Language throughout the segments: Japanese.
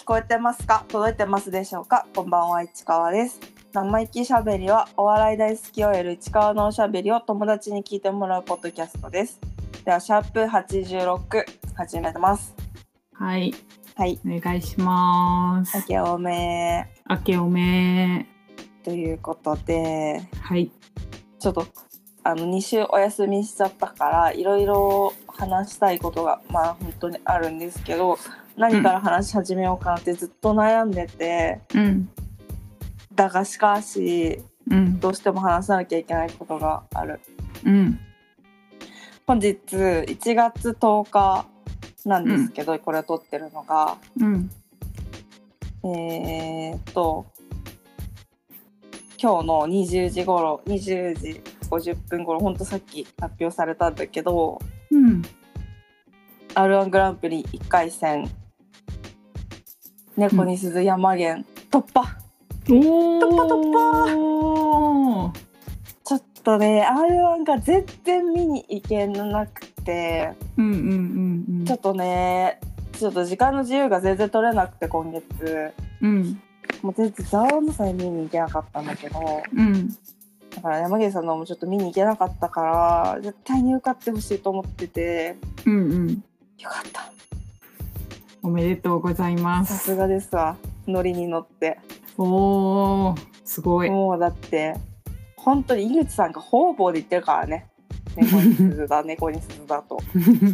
こえてますか？届いてますでしょうか？こんばんは、市川です。生意気しゃべりはお笑い大好き OL 市川のおしゃべりを友達に聞いてもらうポッドキャストです。ではシャープ86始めます。 はい、 はい、 お願いします。 明けおめ明けおめということで、 はい、 ちょっと2週お休みしちゃったからいろいろ話したいことが本当にあるんですけど、何から話し始めようかなってずっと悩んでて、だがしかし、どうしても話さなきゃいけないことがある。本日1月10日なんですけど、これを撮ってるのが、今日の20時50分頃、ほんとさっき発表されたんだけど、R1 グランプリ1回戦猫に鈴山源突破、突破ちょっとね R1 が全然見に行けなくて、ちょっとね時間の自由が全然取れなくて、今月、もう全然ザワのさえ見に行けなかったんだけど、だから山源さんのもちょっと見に行けなかったから絶対に受かってほしいと思ってて、よかった。 おめでとうございます。 さすがですわ、ノリに乗って。 おー、すごい。 もうだって本当に井口さんが方々で言ってるからね、猫に鈴だ猫に鈴だと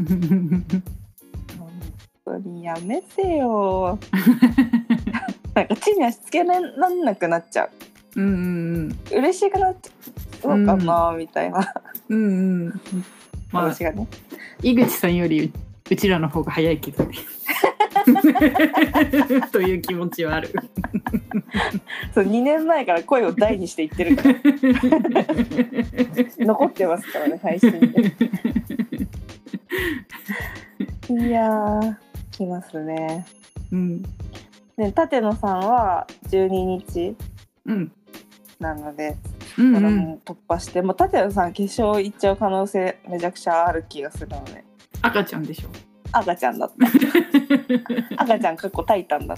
本当にやめてよなんか地に足つけられなくなっちゃう。嬉しくなっちゃうのかな、みたいな私がね、 井口さんよりうちらの方が早いけどねという気持ちはあるそう2年前から声を大にして言ってるから残ってますからね、配信でいやー来ますね。で舘野さんは12日なので、これも突破して、もう舘野さん決勝行っちゃう可能性めちゃくちゃある気がするので。 赤ちゃんでしょ。 赤ちゃんだった赤ちゃんタイタンだった。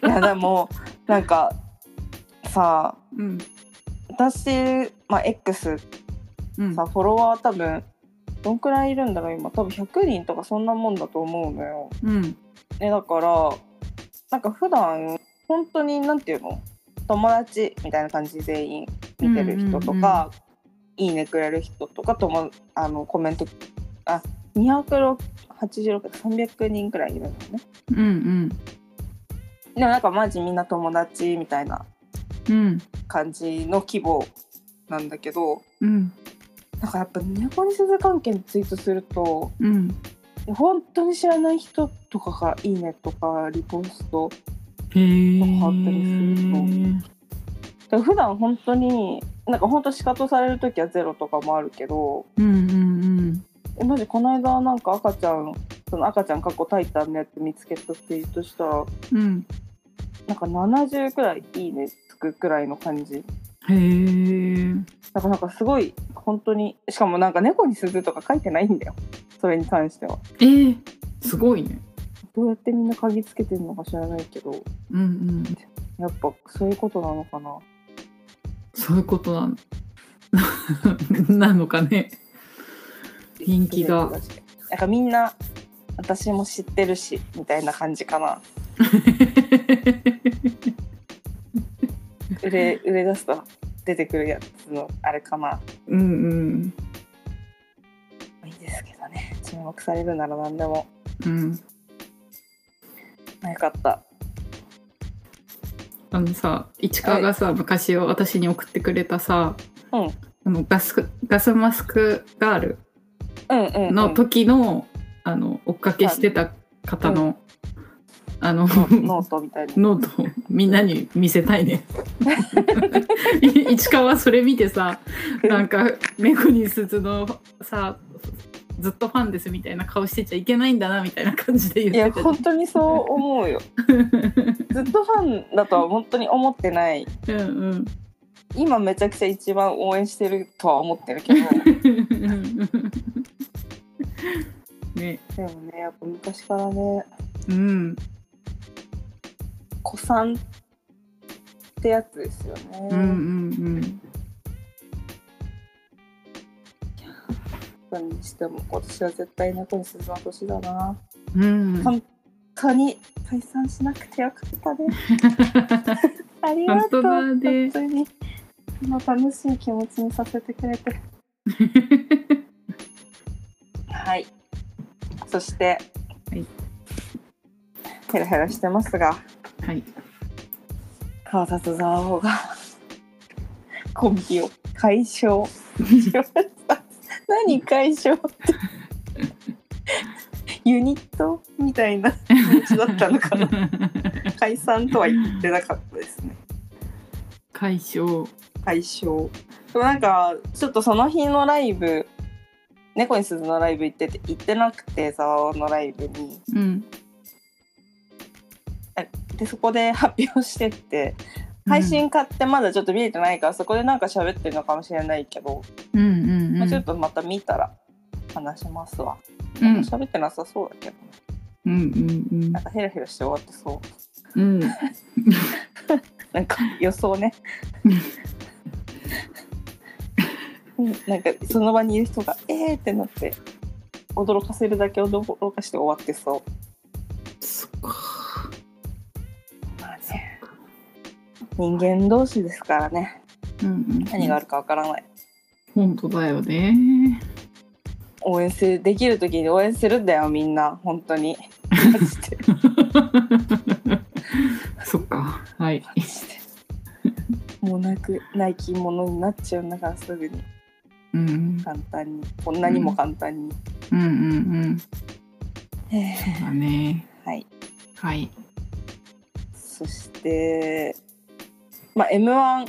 いやでもなんかさ、私、X さ、フォロワー多分どんくらいいるんだろう今、多分100人とかそんなもんだと思うのよ。だからなんか普段本当になんていうの、友達みたいな感じで全員見てる人とか、いいねくれる人とかともコメント286、300人くらいいるのね。でもなんかマジみんな友達みたいな感じの規模なんだけど、なんかやっぱ猫に鈴関係にツイートすると、本当に知らない人とかがいいねとかリポストとかあったりすると、普段本当になんか本当シカトされる時はゼロとかもあるけど、マジこの間なんか赤ちゃんタイタンのやつ見つけたツイートしたら、なんか70くらいいいねつくくらいの感じ。だからなんかすごい本当に、しかもなんか猫に鈴とか書いてないんだよ、それに関しては。 すごいね。 どうやってみんな鍵つけてるのか知らないけど、やっぱそういうことなのかな。 そういうことなのかね。人気がなんかみんな私も知ってるしみたいな感じかな売れ出すと出てくるやつのあれかな。いいですけどね、注目されるなら何でも。よかった。 さ、市川がさ、昔私に送ってくれたさ、ガスマスクガールの時の、追っかけしてた方の、 ノートみたいなノートをみんなに見せたいね市川それ見てさ、なんか猫に鈴のさずっとファンですみたいな顔してちゃいけないんだなみたいな感じで言ってた。 いや本当にそう思うよずっとファンだとは本当に思ってない。今めちゃくちゃ一番応援してるとは思ってるけどね、でもねやっぱ昔からね、 古参ってやつですよね。 うんうんうん。 にしても今年は絶対猫に鈴の年だな。 うん。 本当に解散しなくてよかったね。ありがとう。本当に楽しい気持ちにさせてくれて。はい。そして、 はい、 ヘラヘラしてますが、 はい、 川里蔵王がコンビを解消しました。何解消ってユニットみたいな気持ちだったのかな。解散とは言ってなかったですね。 解消。 でもなんかちょっとその日のライブ、猫に鈴のライブ行ってなくて、沢尾のライブに、 うん、 でそこで発表してって、配信買ってまだちょっと見れてないから、そこでなんか喋ってるのかもしれないけど、 うんうんうん、 まあ、ちょっとまた見たら話しますわ。喋ってなさそうだけど、 うんうんうん、 なんかヘラヘラして終わってそう、 うん、 なんか予想ね。なんかその場にいる人がってなって驚かせるだけ驚かして終わってそう。 そっか。 まあね、人間同士ですからね、 うんうん、 何があるかわからない。 本当だよね。 応援できる時に応援するんだよ、みんな。本当にマジでそっか、はい。 もうないきものになっちゃうんだから、すぐに、 うん、 簡単に、こんなにも簡単に、 うんうんうん、そうだね。 はいはい。 そしてまあ M1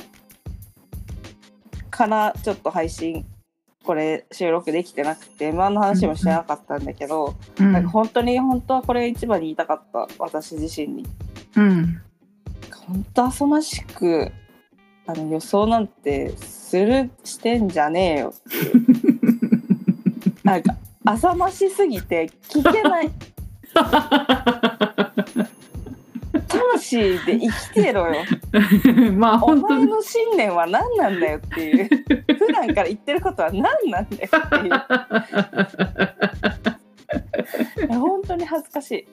からちょっと配信これ収録できてなくて M1 の話もしてなかったんだけど、なんか本当はこれ一番に言いたかった、私自身に。本当浅ましく予想なんてしてんじゃねえよっていうなんか浅ましすぎて聞けない魂で生きてろよまあ、お前の信念は何なんだよっていう普段から言ってることは何なんだよっていう本当に恥ずかし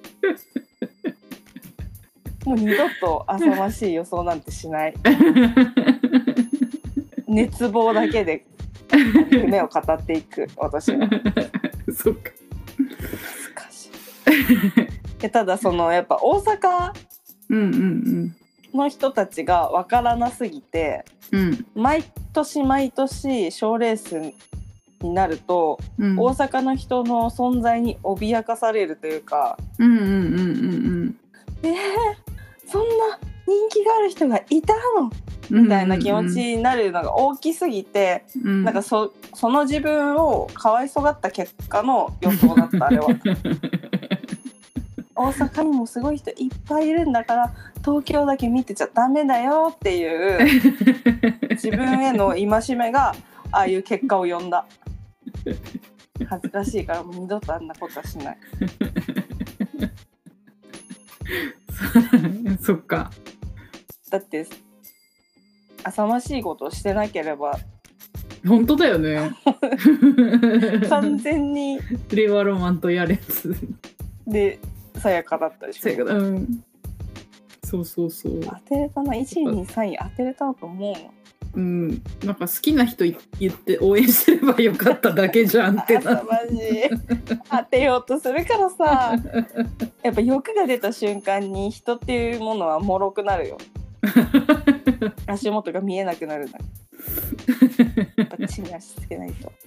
い。もう二度と浅ましい予想なんてしない熱望だけで夢を語っていく私はそっか、 恥ずかしいただやっぱ大阪の人たちが分からなすぎて、毎年賞レースになると、大阪の人の存在に脅かされるというか、そんな人気がある人がいたのみたいな気持ちになるのが大きすぎて、なんかその自分をかわいそがった結果の予想だったあれは大阪にもすごい人いっぱいいるんだから東京だけ見てちゃダメだよっていう自分への戒めがああいう結果を呼んだ。恥ずかしいからもう二度とあんなことはしないそっか。 だって浅ましいことをしてなければ本当だよね完全に令和ロマンとやれつでさやかだったでしょ。 そう当てれたな、1位2位3位当てれたと思う。 なんか好きな人言って応援すればよかっただけじゃんってなマジ当てようとするからさやっぱ欲が出た瞬間に人っていうものは脆くなるよ足元が見えなくなるんだやっぱ地に足つけないと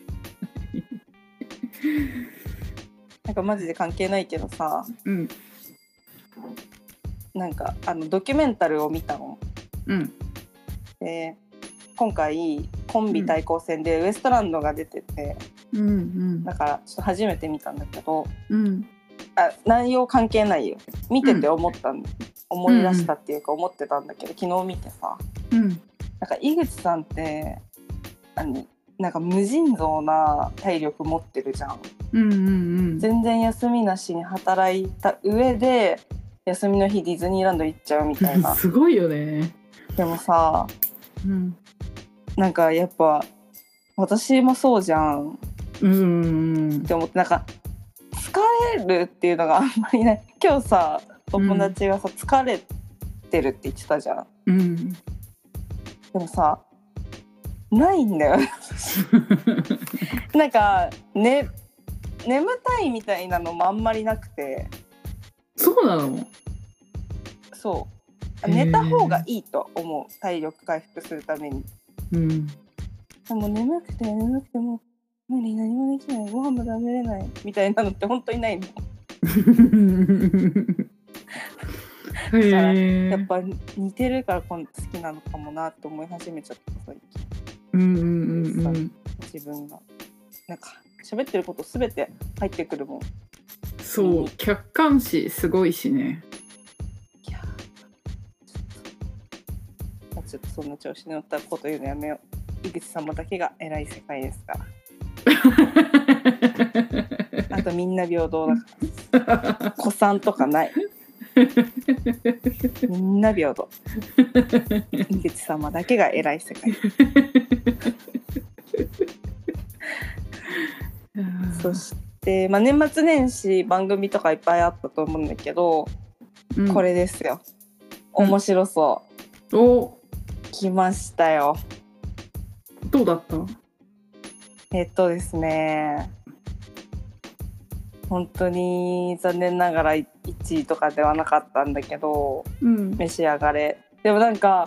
なんかマジで関係ないけどさ、なんかドキュメンタルを見たの、で今回コンビ対抗戦でウエストランドが出てて、だからちょっと初めて見たんだけど、内容関係ないよ、見てて思ったんだ、思い出したっていうか思ってたんだけど、昨日見てさ、なんか井口さんってなんか無尽蔵な体力持ってるじゃん、全然休みなしに働いた上で休みの日ディズニーランド行っちゃうみたいなすごいよね。 でもさ、なんかやっぱ私もそうじゃんって思って、なんか疲れるっていうのがあんまりない。今日さ友達がさ、疲れてるって言ってたじゃん、でもさないんだよなんか、ね、眠たいみたいなのもあんまりなくて。 そうなの？ そう寝た方がいいと思う、体力回復するために。でも眠くてもう無理、何もできない、ご飯も食べれないみたいなのって本当にないのだからやっぱ似てるから好きなのかもなって思い始めちゃった最近。自分がなんか喋ってることすべて入ってくるもん。 そう、客観視すごいしね。 いやちょっとそんな調子に乗ったこと言うのやめよう。井口様だけが偉い世界ですからあとみんな平等だから子さんとかないみんな平等井口様だけが偉い世界そして、年末年始番組とかいっぱいあったと思うんだけど、これですよ。面白そう、 お来ましたよ。 どうだった？ ですね、本当に残念ながら1位とかではなかったんだけど、召し上がれ。でもなんか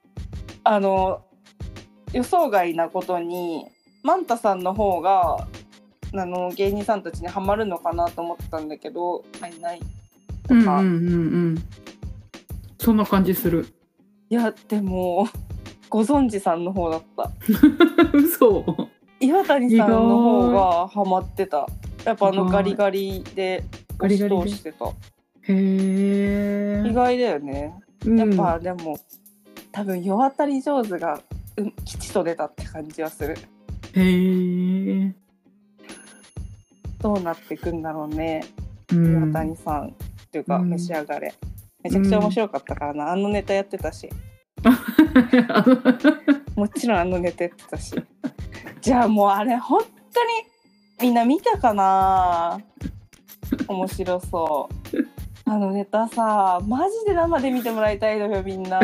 予想外なことにマンタさんの方が芸人さんたちにハマるのかなと思ってたんだけど、いないとか、 そんな感じする。 いやでもご存知さんの方だった嘘。 岩谷さんの方がハマってた。やっぱガリガリで押し通してた。へー、意外だよね。やっぱでも多分世渡り上手が吉と出たって感じはする。 へー、 どうなっていくんだろうね、岩谷さんっていうか、召し上がれ。めちゃくちゃ面白かったからな、あのネタやってたしもちろんネタやってたしじゃあもうあれ本当にみんな見たかな。面白そうネタさ、マジで生で見てもらいたいのよみんな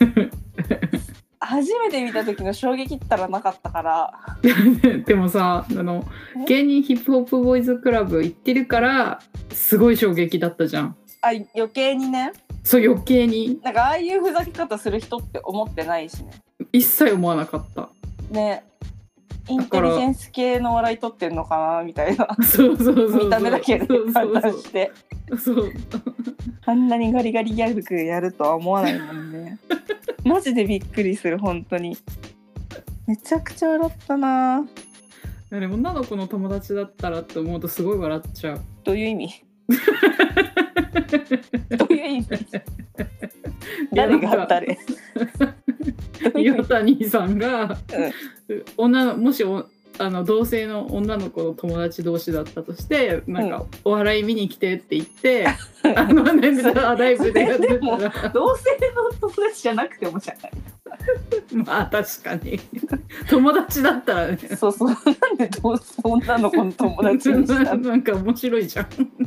初めて見た時の衝撃ったらなかったからでもさ芸人ヒップホップボーイズクラブ行ってるからすごい衝撃だったじゃん。 余計にね。 そう余計になんかああいうふざけ方する人って思ってないしね。 一切思わなかったね。インテリジェンス系の笑い取ってんのかなみたいなそう見た目だけで判断してそうあんなにガリガリギャグやるとは思わないもんねマジでびっくりする。本当にめちゃくちゃ笑ったな。 でも女の子の友達だったらって思うとすごい笑っちゃう。 どういう意味どういう意味誰が誰岩谷さんが、もし同性の女の子の友達同士だったとしてなんか、お笑い見に来てって言ってライブでやってたら同性の友達じゃなくてもじゃないまあ確かに友達だったらね。 そうなんで女の子の友達にしたのなんか面白いじゃん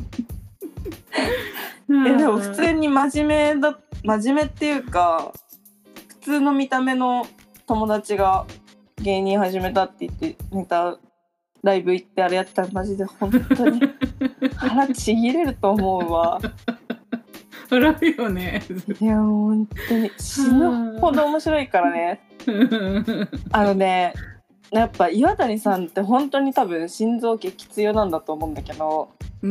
でも普通に真面目っていうか普通の見た目の友達が芸人始めたって言ってネタライブ行ってあれやったらマジで本当に腹ちぎれると思うわ。 笑うよね。 いや本当に死ぬほど面白いからねやっぱ岩谷さんって本当に多分心臓激強なんだと思うんだけど、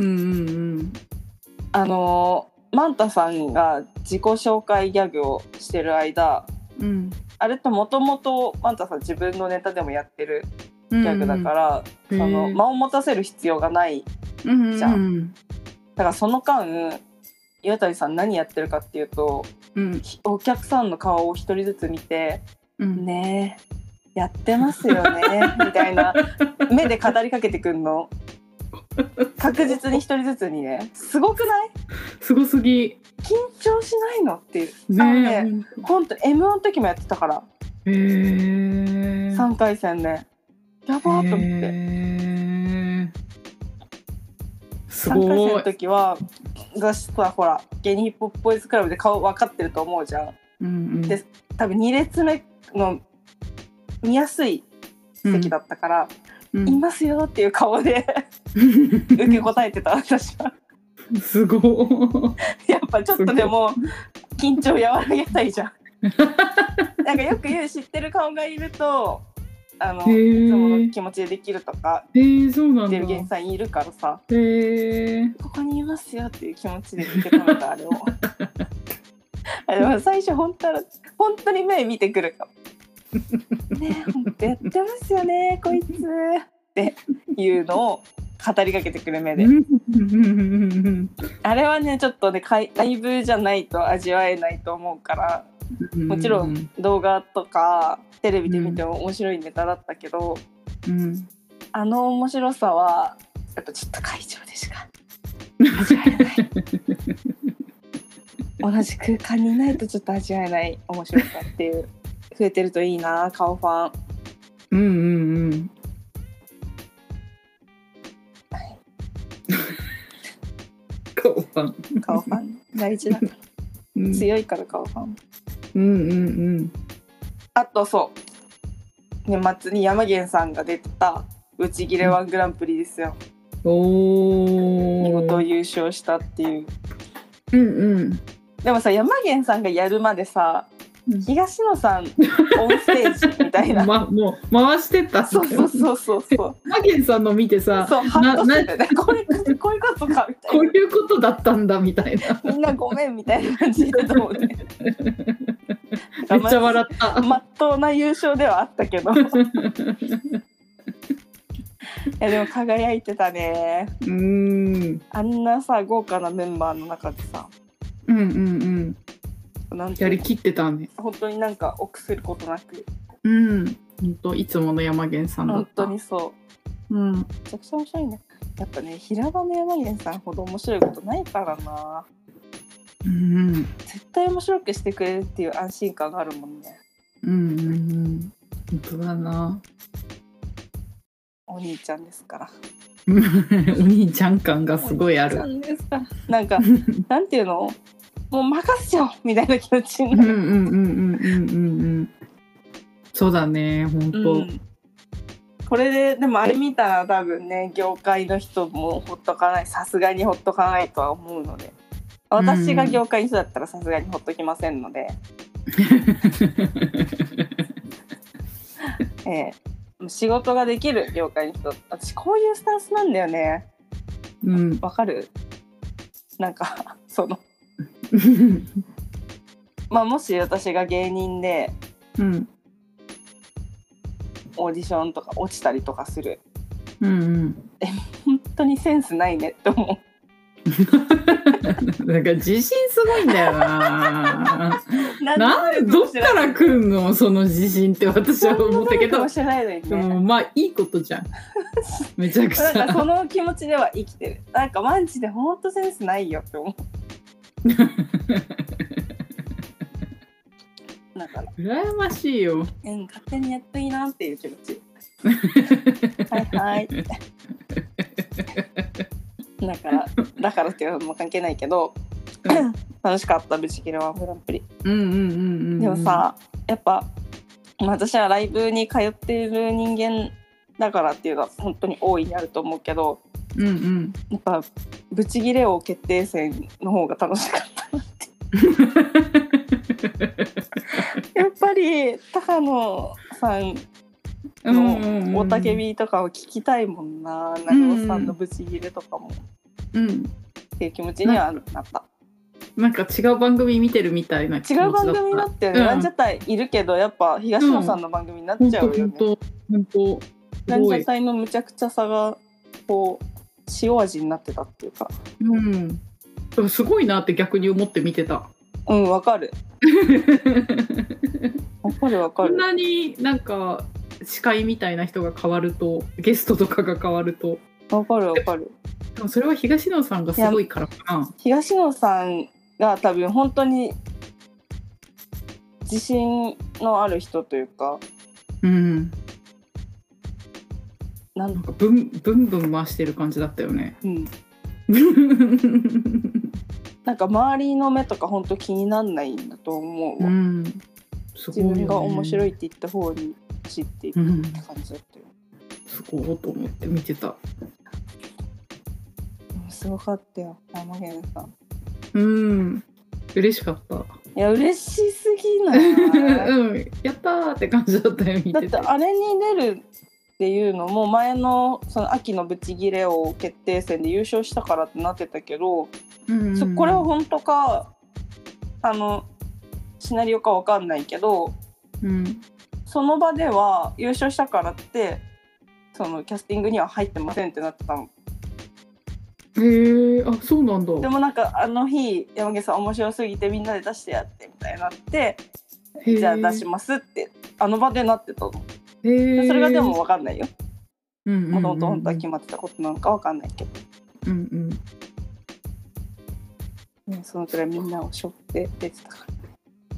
マンタさんが自己紹介ギャグをしてる間、あれってもともとマンタさん自分のネタでもやってるギャグだから、間を持たせる必要がないじゃん、だからその間岩谷さん何やってるかっていうと、お客さんの顔を一人ずつ見て、ねえやってますよねみたいな目で語りかけてくんの確実に一人ずつにね。すごくない？ すごすぎ。 張しないのっていうね本当 M1 の時もやってたから3回戦でやばーと思ってすごい。 3回戦の時は私さほら芸人ヒップホップボーイズクラブで顔分かってると思うじゃん、 うんうん、 で多分2列目の見やすい席だったから、いますよっていう顔で受け答えてた私は。 すごい。 やっぱちょっとでも緊張和らげたいじゃん。なんかよく言う知ってる顔がいるといつもの気持ちでできるとかそうなんだ。 言ってる芸人さんいるからさ、ここにいますよっていう気持ちで受け止めたあれを。でも最初本当に目見てくるかも。ねえ本当やってますよねこいつっていうのを語りかけてくる目であれはねちょっとねライブじゃないと味わえないと思うからもちろん動画とかテレビで見ても面白いネタだったけど、あの面白さはやっぱちょっと会場でしか味わえない同じ空間にいないとちょっと味わえない面白さっていう増えてるといいな顔ファン。顔ファン大事だから、強いから顔ファン。あとそう年末に山源さんが出てたブチギレ1グランプリですよ。見事優勝したっていう。でもさ山源さんがやるまでさ東野さんオンステージみたいな、 もう回してた。 そう山源さんの見てさ、 そうハッとしててこういうことかみたいな、 こういうことだったんだみたいな、 みんなごめんみたいな感じでと思うね。 めっちゃ笑った。 まっとうな優勝ではあったけどいやでも輝いてたね。あんなさ豪華なメンバーの中でさやりきってたね。 本当になんか臆することなく。 本当いつもの山源さんだった。 本当にそう。めちゃくちゃ面白いね。やっぱね平場の山源さんほど面白いことないからな。絶対面白くしてくれるっていう安心感があるもんね。 本当だな。 お兄ちゃんですから。 お兄ちゃん感がすごいある。 なんかなんていうの？もう任せちゃおうみたいな気持ちになる。 そうだね本当、 これでもあれ見たら多分ね業界の人もほっとかない、さすがにほっとかないとは思うので、私が業界の人だったらさすがにほっときませんので仕事ができる業界の人、私こういうスタンスなんだよね。わかる？なんかそのもし私が芸人で、オーディションとか落ちたりとかする、本当にセンスないねって思う。 なんか自信すごいんだよな。どっから来るのその自信って私は思ったけど、でもまあいいことじゃん。めちゃくちゃ。 なんかその気持ちでは生きてる。なんかマジで本当センスないよって思う。だから羨ましいよ。 勝手にやっていいなっていう気持ち。はいだからっていうのも関係ないけど楽しかったブチギレ1グランプリ。でもさやっぱ私はライブに通っている人間だからっていうのは本当に大いにあると思うけど、やっぱブチギレ王決定戦の方が楽しかったなってやっぱり高野さんの雄たけびとかを聞きたいもんな。長尾さんのブチギレとかも、っていう気持ちにはなった。 なんか違う番組見てるみたいな気持ちだった。 違う番組になってる、ランジャタイいるけどやっぱ東野さんの番組になっちゃうよね。 本当ランジャタイのむちゃくちゃさがこう塩味になってたっていうか、 すごいなって逆に思って見てた。 わかるわかる。 こんなになんか司会みたいな人が変わると、ゲストとかが変わるとわかる。 でもそれは東野さんがすごいからかな。 東野さんが多分本当に自信のある人というか、 うん、なんかブンブン回してる感じだったよね。 うん、なんか周りの目とか本当気になんないんだと思うわ、うん、すごいよね、自分が面白いって言った方に走っていくって感じだったよ、 すごいと思って見てた。 すごかったよ、山源さん。 嬉しかった。 いや嬉しすぎない、 やったーって感じだったよ、見てて。 だってあれに出るっていうのも前のその秋のブチギレ王決定戦で優勝したからってなってたけど、これは本当かシナリオか分かんないけど、その場では優勝したからってそのキャスティングには入ってませんってなってたの。 あ、そうなんだ。 でもなんかあの日山毛さん面白すぎてみんなで出してやってみたいになって、じゃあ出しますってあの場でなってたの。それがでも分かんないよ。もともと本当は決まってたことなのか分かんないけど、そのくらいみんなを背負って出てたから、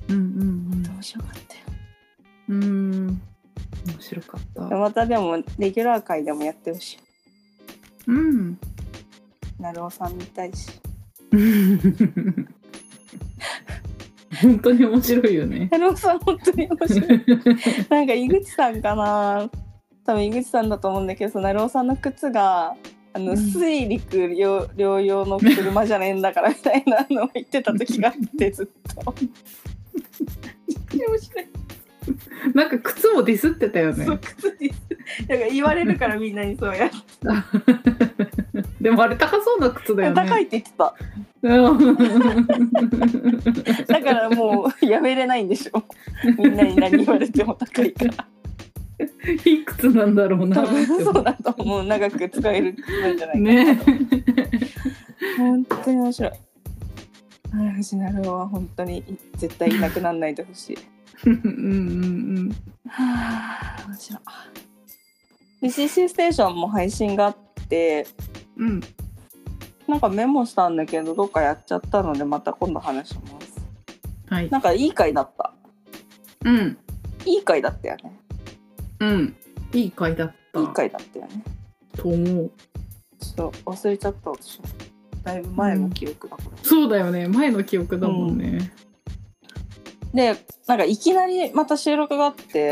面白かったよ。 面白かった。 またでもレギュラー回でもやってほしい。なるおさん見たいし。 本当に面白いよね。 なるおさん本当に面白い。なんか井口さんかな、多分井口さんだと思うんだけど、そのなるおさんの靴が水陸両用の車じゃねえんだからみたいなのを言ってた時があってずっと。面白い。 なんか靴もディスってたよね。 そう靴ディス。なんか言われるからみんなにそうやって。 でもあれ高そうな靴だよね。 高いって言ってた。だからもうやめれないんでしょ。みんなに何言われても高いから。 いい靴なんだろうな。 そうだと思う。長く使える靴なんじゃないかな。ね。本当に面白い。藤なるは本当に絶対いなくならないでほしい。面白い。で CC ステーションも配信があって、なんかメモしたんだけどどっかやっちゃったのでまた今度話します。はい。なんかいい回だった。いい回だったよね。 いい回だった。 いい回だったよね。 と思う。 ちょっと忘れちゃった私。だいぶ前の記憶だから。 そうだよね。前の記憶だもんね。 で、なんかいきなりまた収録があって、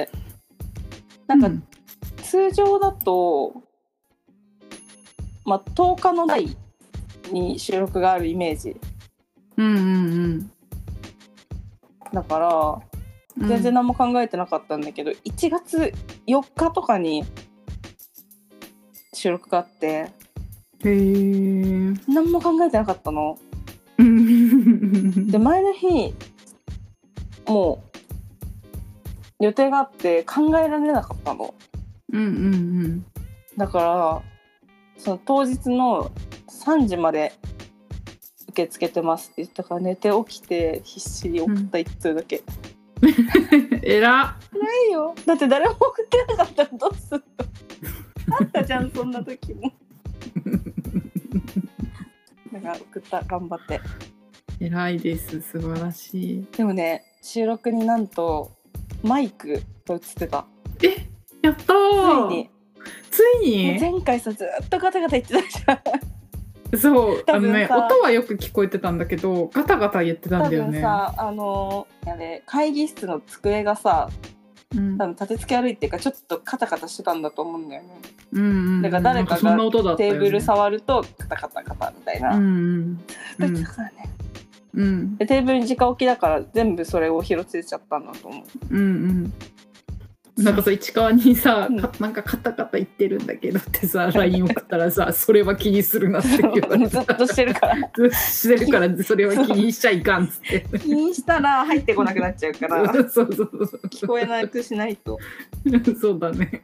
なんか通常だと、10日の台に収録があるイメージ。だから全然何も考えてなかったんだけど、1月4日とかに収録があって、何も考えてなかったの。で前の日もう予定があって考えられなかったの。だからその当日の3時まで受け付けてますって言ったから寝て起きて必死に送った1通だけ。 えらないよ。だって誰も送ってなかったらどうするの。あったじゃんそんな時も。だから送った。頑張って。 偉いです。素晴らしい。 でもね収録になんとマイクが映ってた。 やったー。ついに前回さずっとガタガタ言ってたじゃん。 そう音はよく聞こえてたんだけどガタガタ言ってたんだよね。 多分さ会議室の机がさ、多分立て付け悪いっていうかちょっとカタカタしてたんだと思うんだよね。だから誰かがテーブル触るとカタカタカタみたいな。だからね。でテーブルに直置きだから全部それを拾ってちゃったんだと思う。 なんかさ市川にさ、なんかカタカタ言ってるんだけどってさ LINE 送ったらさそれは気にするなって言われてずっとしてるからしてるからそれは気にしちゃいかんっつって気にしたら入ってこなくなっちゃうからそう聞こえなくしないとそうだね。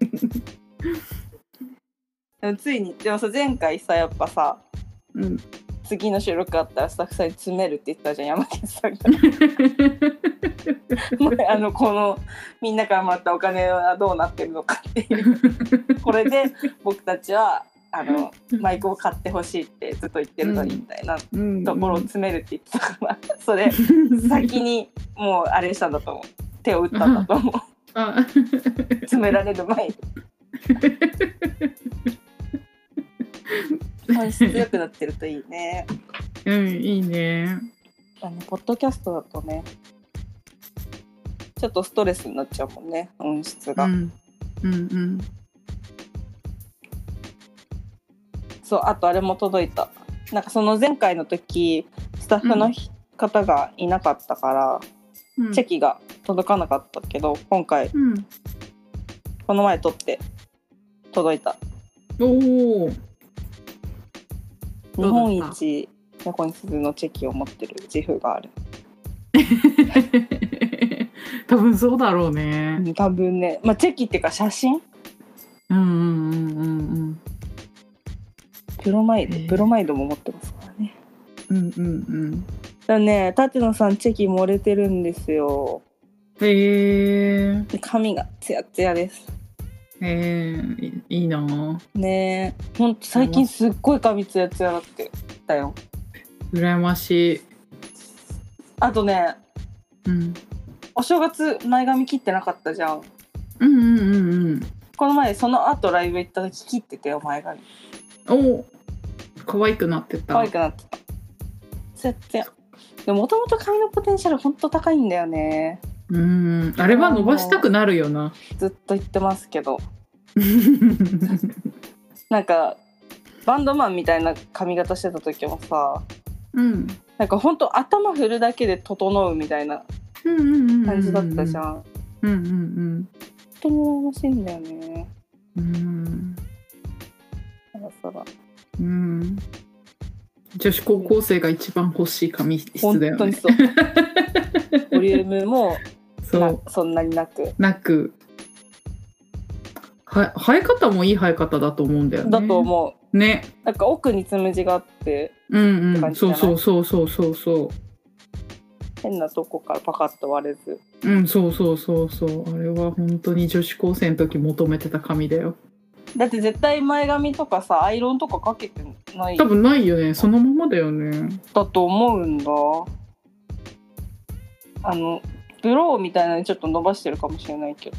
でもついにでもさ前回さやっぱさ、次の収録あったらスタッフさんに詰めるって言ったじゃん山県さんが。このみんなからもらったお金はどうなってるのかっていうこれで僕たちはマイクを買ってほしいってずっと言ってるのにみたいなところを詰めるって言ってたから、それ先にもうあれしたんだと思う、手を打ったんだと思う詰められる前に本質良くなってるといいね。 いいね。 ポッドキャストだとねちょっとストレスになっちゃうもんね、音質が。そう、あとあれも届いた。なんかその前回の時スタッフの方がいなかったから、チェキが届かなかったけど、今回、この前撮って届いた。 おお。 日本一猫に鈴のチェキを持ってる自負がある。 多分そうだろうね。 多分ね、まあ、チェキっていうか写真。プロマイドも持ってますからね。だね、舘野さんチェキ漏れてるんですよ。で髪がツヤツヤです。 いいなね。ほんと最近すっごい髪ツヤツヤだってだよ。 羨ましい。 あとね、お正月前髪切ってなかったじゃん。この前その後ライブ行った時切っててよ、前髪。お、 可愛くなってた。 可愛くなってた。ツヤツヤ。でもともと髪のポテンシャルほんと高いんだよね。 あれは伸ばしたくなるよな。 ずっと言ってますけどなんかバンドマンみたいな髪型してた時もさ、なんかほんと頭振るだけで整うみたいな感じだったじゃん。本当に羨ましいんだよね。そら女子高校生が一番欲しい髪質だよね。本当にそうボリュームもそんなになく生え方もいい生え方だと思うんだよね。 だと思うね。 なんか奥につむじがあってそう変なとこからパカッと割れず。 そうあれは本当に女子高生の時求めてた髪だよ。 だって絶対前髪とかさアイロンとかかけてない。 多分ないよね。そのままだよね。 だと思うんだ。ブローみたいなのにちょっと伸ばしてるかもしれないけど。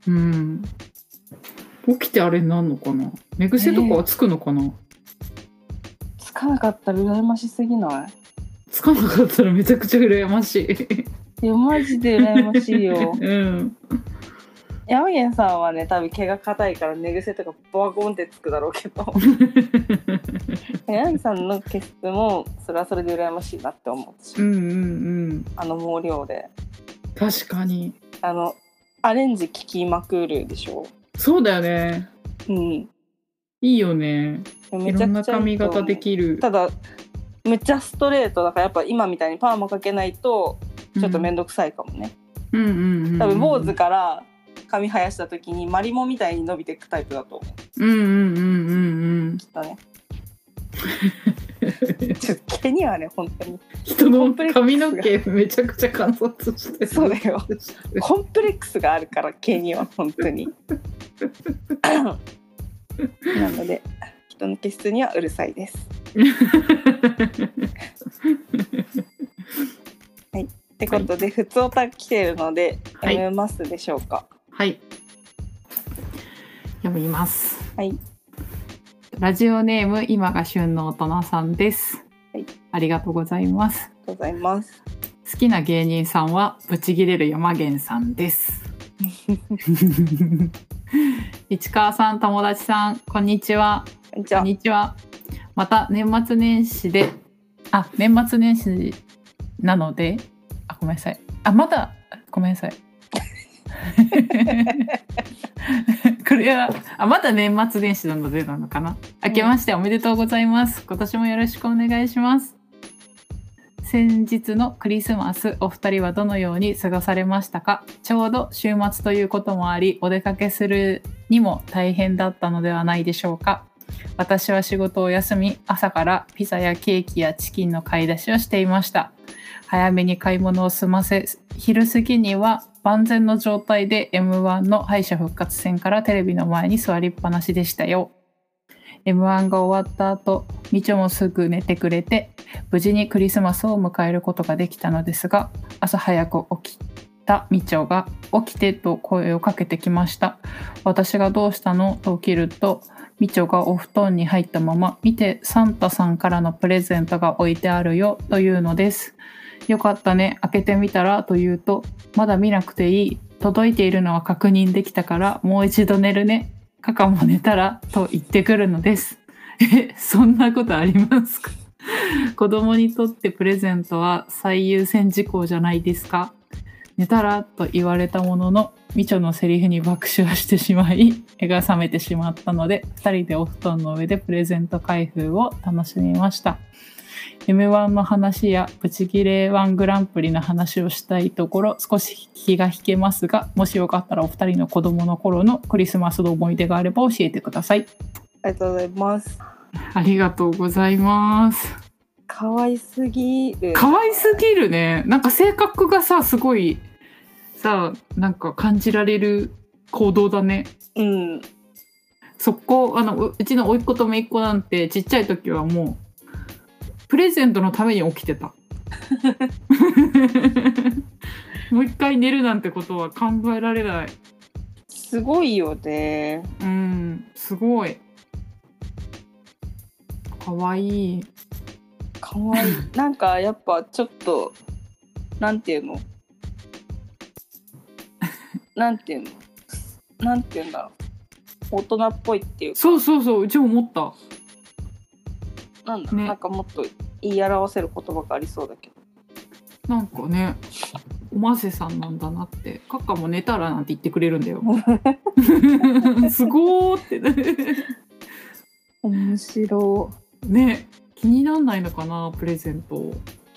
起きてあれになるのかな。寝癖とかはつくのかな。 つかなかったら羨ましすぎない？ つかなかったらめちゃくちゃ羨ましい。 いやマジで羨ましいよ。山源さんはね多分毛が硬いから寝癖とかボワコンってつくだろうけど山源さんの毛質もそれはそれで羨ましいなって思うし、毛量で確かにアレンジ聞きまくるでしょ。 そうだよね。いいよね。めちゃくちゃいろんな髪型できる。 ただめっちゃストレートだからやっぱ今みたいにパーマかけないとちょっとめんどくさいかもね。多分坊主から髪生やした時にマリモみたいに伸びていくタイプだと思う。きっとね。ちょっと毛にはね本当に人の髪の毛めちゃくちゃ観察してそうだよ。コンプレックスがあるから毛には本当になので人の毛質にはうるさいですはい、ってことで、ふつおた来ているので読めますでしょうか。 はい、読みます。 はい。 ラジオネーム今が旬の大人さんです。 はい、 ありがとうございます。 ありがとうございます。 好きな芸人さんはブチギレる山源さんです市川さん、友達さん、こんにちは。 こんにちは。 また年末年始なのでごめんなさい。まだごめんなさいこれはまだ年末年始なのでなのかな。明けましておめでとうございます。今年もよろしくお願いします。先日のクリスマス、お二人はどのように過ごされましたか？ちょうど週末ということもあり、お出かけするにも大変だったのではないでしょうか。私は仕事を休み、朝からピザやケーキやチキンの買い出しをしていました。早めに買い物を済ませ、昼過ぎには万全の状態で M1 の敗者復活戦からテレビの前に座りっぱなしでしたよ。 M1 が終わった後、みちょもすぐ寝てくれて、無事にクリスマスを迎えることができたのですが、朝早く起きたみちょが起きてと声をかけてきました。私がどうしたのと起きると、みちょがお布団に入ったまま、見てサンタさんからのプレゼントが置いてあるよというのです。よかったね、開けてみたらと言うと、まだ見なくていい、届いているのは確認できたからもう一度寝るね、カカも寝たらと言ってくるのです。そんなことありますか？子供にとってプレゼントは最優先事項じゃないですか？寝たらと言われたものの、みちょのセリフに爆笑してしまい、目が覚めてしまったので、2人でお布団の上でプレゼント開封を楽しみました。M1 の話やブチギレ1グランプリの話をしたいところ、少し気が引けますが、もしよかったらお二人の子供の頃のクリスマスの思い出があれば教えてください。 ありがとうございます。 ありがとうございます。 可愛すぎる。 可愛すぎるね。なんか性格がさ、すごいさ、なんか感じられる行動だね。 うん。 そこ、うちの甥っ子と姪っ子なんてちっちゃい時はもうプレゼントのために起きてた。もう一回寝るなんてことは考えられない。 すごいよね。 うん、すごい。かわいい。 かわいい。なんかやっぱちょっとなんていうのなんていうんだろう。大人っぽいっていうか。 そうそうそう、うちも思った。 なんだ、ね、なんかもっと言い表せる言葉がありそうだけど。 なんかね、おませさんなんだなって。カッカも寝たらなんて言ってくれるんだよ。すごーって。 面白い。ね、気になんないのかな、プレゼント。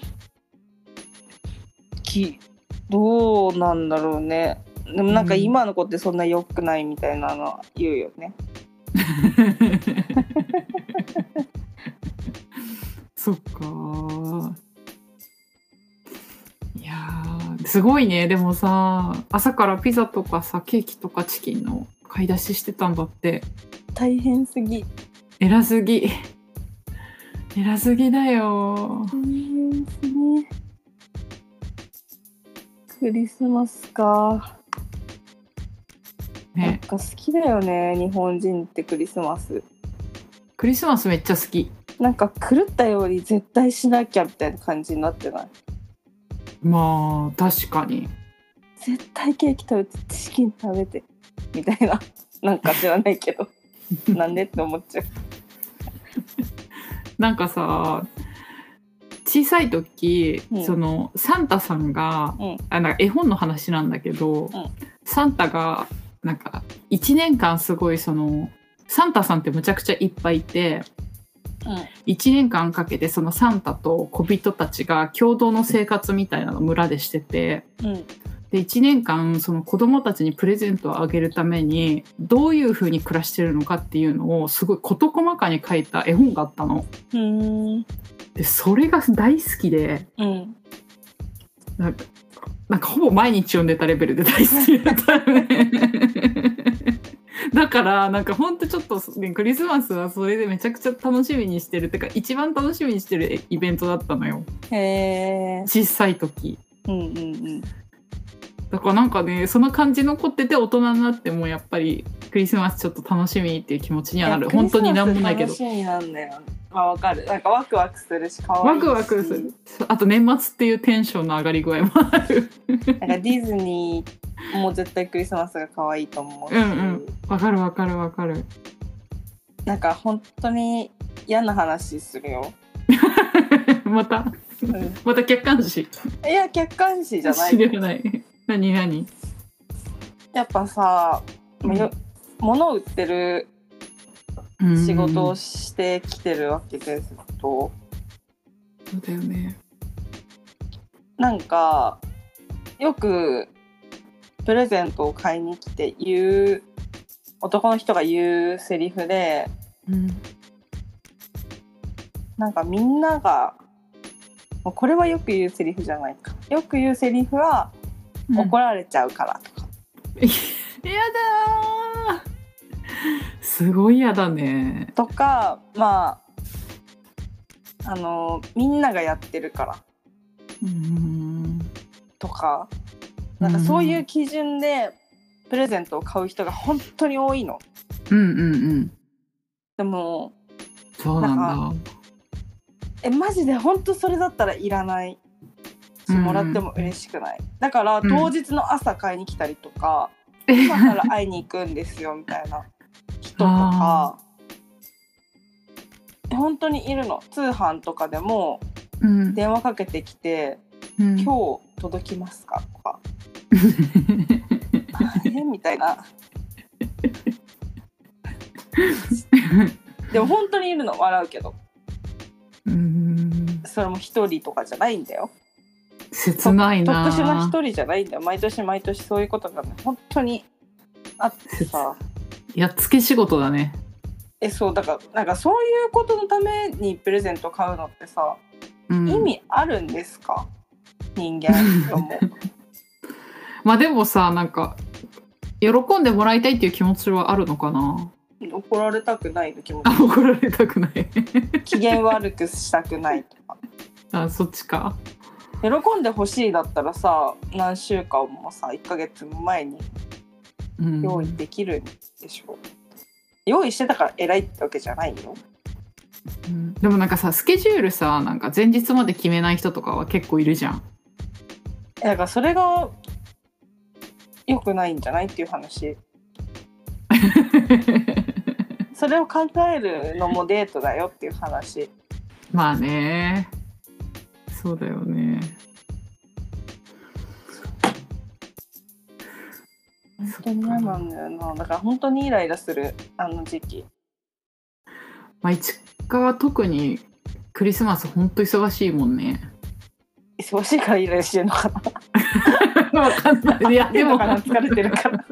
どうなんだろうね。でもなんか今の子ってそんな良くないみたいなの言うよね。 そっか。いやー、すごいね。でもさ、朝からピザとかさ、ケーキとかチキンの買い出ししてたんだって。 大変すぎ。 偉すぎ。偉すぎだよ。 大変すぎ。クリスマスか。ね、なんか好きだよね、日本人ってクリスマス。 クリスマスめっちゃ好き。 なんか狂ったように絶対しなきゃみたいな感じになってない？ まあ確かに。 絶対ケーキ食べてチキン食べてみたいな、なんか知らないけどなんでって思っちゃう。 なんかさ、小さい時、そのサンタさんが、なんか絵本の話なんだけど、サンタがなんか1年間すごいそのサンタさんってむちゃくちゃいっぱいいて、1年間かけてそのサンタと小人たちが共同の生活みたいなのを村でしてて、で1年間その子供たちにプレゼントをあげるためにどういう風に暮らしてるのかっていうのをすごい事細かに書いた絵本があったの。でそれが大好きで、なんかほぼ毎日読んでたレベルで大好きだったね。だからなんかほんとちょっと、ね、クリスマスはそれでめちゃくちゃ楽しみにしてるってか一番楽しみにしてるイベントだったのよ。小さい時。だからなんかね、その感じ残ってて大人になってもやっぱりクリスマスちょっと楽しみっていう気持ちにはなる。本当になんもないけど。 楽しみなんだよ。わかる。なんかワクワクするし、可愛いし。 ワクワクする。あと年末っていうテンションの上がり具合もある。 なんかディズニーも絶対クリスマスが可愛いと思うし。 わかるわかるわかる。 なんか本当に嫌な話するよ。 また客観視。 いや客観視じゃない。 知らない。何？ やっぱさ、物を売ってる仕事をしてきてるわけですと。 そうだよね。 なんかよくプレゼントを買いに来て言う男の人が言うセリフで、なんかみんながこれはよく言うセリフじゃないか。よく言うセリフは怒られちゃうからとか。 やだー。 すごい嫌だね。 とかまあみんながやってるからとか、なんかそういう基準でプレゼントを買う人が本当に多いの。でもそうなんだ。 マジで本当それだったらいらないし、もらっても嬉しくない。だから当日の朝買いに来たりとか、今から会いに行くんですよみたいな人とか本当にいるの。通販とかでも電話かけてきて、今日届きますかとかみたいなでも本当にいるの。笑うけどそれも一人とかじゃないんだよ。 切ないな。 特殊な一人じゃないんだよ。毎年毎年そういうことが、ね、本当にあってさ、 やっつけ仕事だね。 そうだからなんかそういうことのためにプレゼント買うのってさ、意味あるんですか人間ともまあでもさ、なんか喜んでもらいたいっていう気持ちはあるのかな。 怒られたくないの気持ち。 怒られたくない機嫌悪くしたくないとかそっちか。 喜んでほしいだったらさ、何週間もさ1ヶ月も前に用意できるんでしょ、用意してたから偉いってわけじゃないよ、 でもなんかさ、スケジュールさ、なんか前日まで決めない人とかは結構いるじゃん。 だからそれが良くないんじゃないっていう話それを考えるのもデートだよっていう話。 まあね、そうだよね。 本当に嫌なんだよな。だから本当にイライラするあの時期。 まあ市川は特にクリスマス本当忙しいもんね。 忙しいからイライラしてるのかなわかんない。いやでも疲れてるから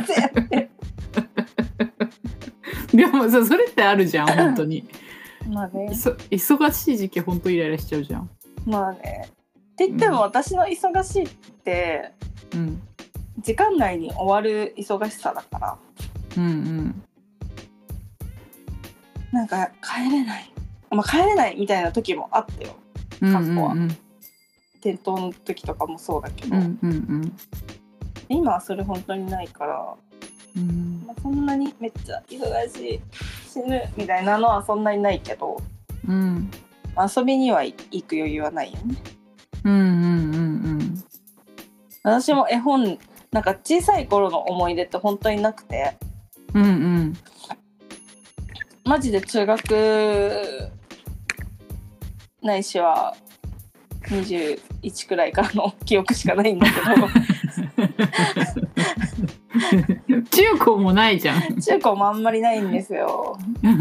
でもさ、それってあるじゃん本当にまあね、 忙しい時期本当イライラしちゃうじゃん。まあねって言っても、私の忙しいって、時間内に終わる忙しさだから、なんか帰れない、帰れないみたいな時もあったよ過去は、転倒の時とかもそうだけど、今はそれ本当にないから、そんなにめっちゃ忙しい死ぬみたいなのはそんなにないけど、遊びには行く余裕はないよね。私も絵本なんか小さい頃の思い出って本当になくて、マジで中学ないしは21くらいからの記憶しかないんだけど中高もないじゃん。 中高もあんまりないんですよ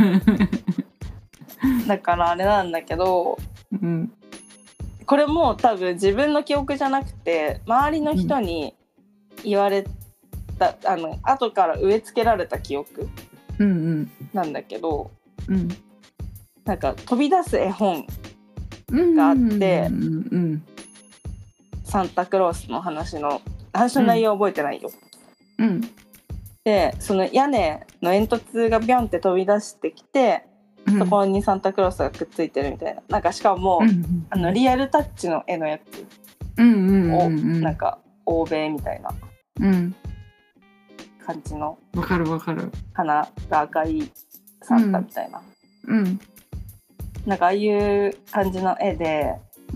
だからあれなんだけど、これも多分自分の記憶じゃなくて周りの人に言われた、後から植え付けられた記憶なんだけど、なんか飛び出す絵本があって、サンタクロースの話の内容覚えてないよ、でその屋根の煙突がビョンって飛び出してきて、そこにサンタクロースがくっついてるみたいな、なんかしかも、リアルタッチの絵のやつを、なんか欧米みたいな感じの、 わかるわかる、 鼻が赤いサンタみたいな、なんかああいう感じの絵で、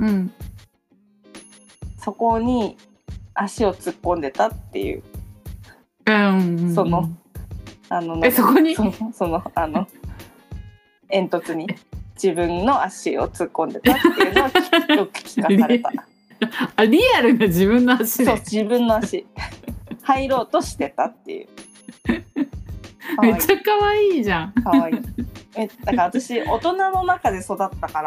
そこに足を突っ込んでたっていう、そのそこにその煙突に自分の足を突っ込んでたっていうのをよく聞かされたリアルな自分の足で、 そう自分の足入ろうとしてたっていうめっちゃ可愛いじゃん。 可愛いだから私大人の中で育ったから、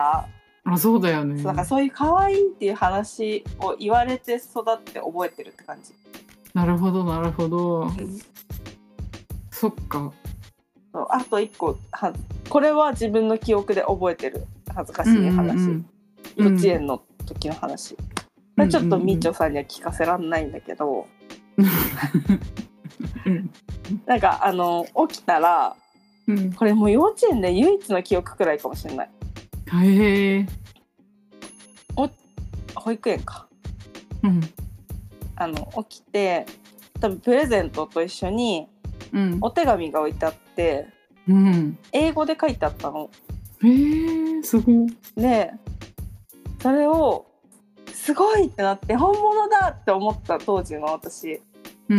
そうだよね。 だからそういう可愛いっていう話を言われて育って覚えてるって感じ。 なるほどなるほど、そっか。 あと一個これは自分の記憶で覚えてる恥ずかしい話、幼稚園の時の話、ちょっとみーちょさんには聞かせらんないんだけどなんか起きたらうん、 これもう幼稚園で唯一の記憶くらいかもしれない。 へえ。 保育園か。 うん。 起きて多分プレゼントと一緒にお手紙が置いてあって、 うん、 英語で書いてあったの。 へえ、すごい。 でそれをすごいってなって本物だって思った当時の私、 うんうんうん、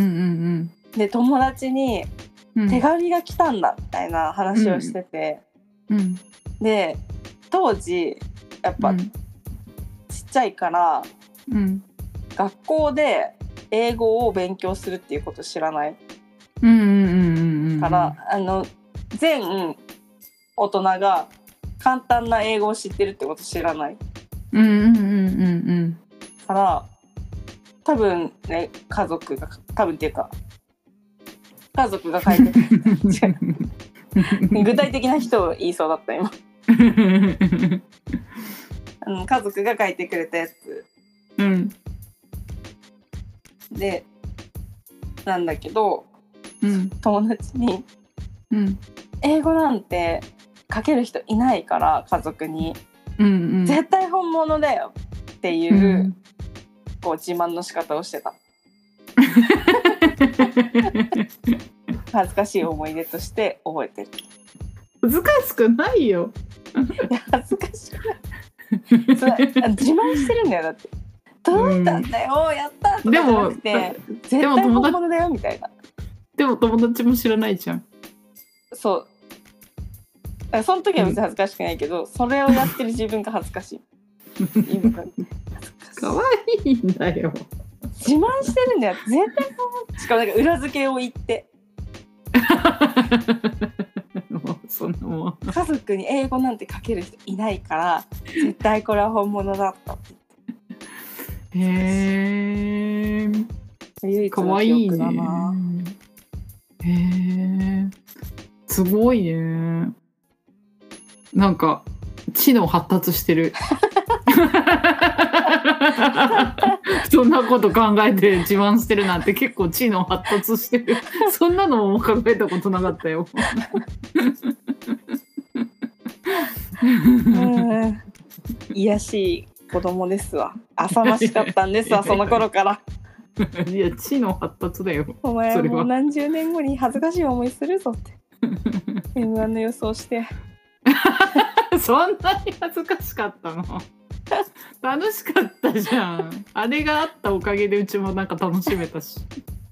で友達に手紙が来たんだみたいな話をしてて、 うん、 で当時やっぱ、ちっちゃいから、 うん、 学校で英語を勉強するっていうこと知らない、から全大人が簡単な英語を知ってるってこと知らない、から多分ね家族が多分っていうか家族が書いて具体的な人を言いそうだった今家族が書いてくれたやつ、 うん、 でなんだけど、 うん、 友達に、 うん、 英語なんて書ける人いないから家族に、 うんうん、 絶対本物だよっていう、こう自慢の仕方をしてた恥ずかしい思い出として覚えてる。 恥ずかしくないよ。 いや恥ずかしくないそれ自慢してるんだよ。だって届いたんだよ、やったとかじゃなくて絶対本物だよみたいな。 でも友達も知らないじゃん。 そうその時は別に恥ずかしくないけど、それをやってる自分が恥ずかしい今からかわいいんだよ。 自慢してるんだよ絶対しかもなんか裏付けを言ってもうそんなもん家族に英語なんて書ける人いないから絶対これは本物だったって言って。 へー、 唯一の記憶だな。 へー、すごいね。なんか知能発達してるそんなこと考えて自慢してるなんて結構知能発達してるそんなのも考えたことなかったよ癒しい子供ですわ。浅ましかったんですわその頃からいや知能発達だよ。 お前はもう何十年後に恥ずかしい思いするぞってM1 の予想してそんなに恥ずかしかったの楽しかったじゃん。あれがあったおかげでうちもなんか楽しめたし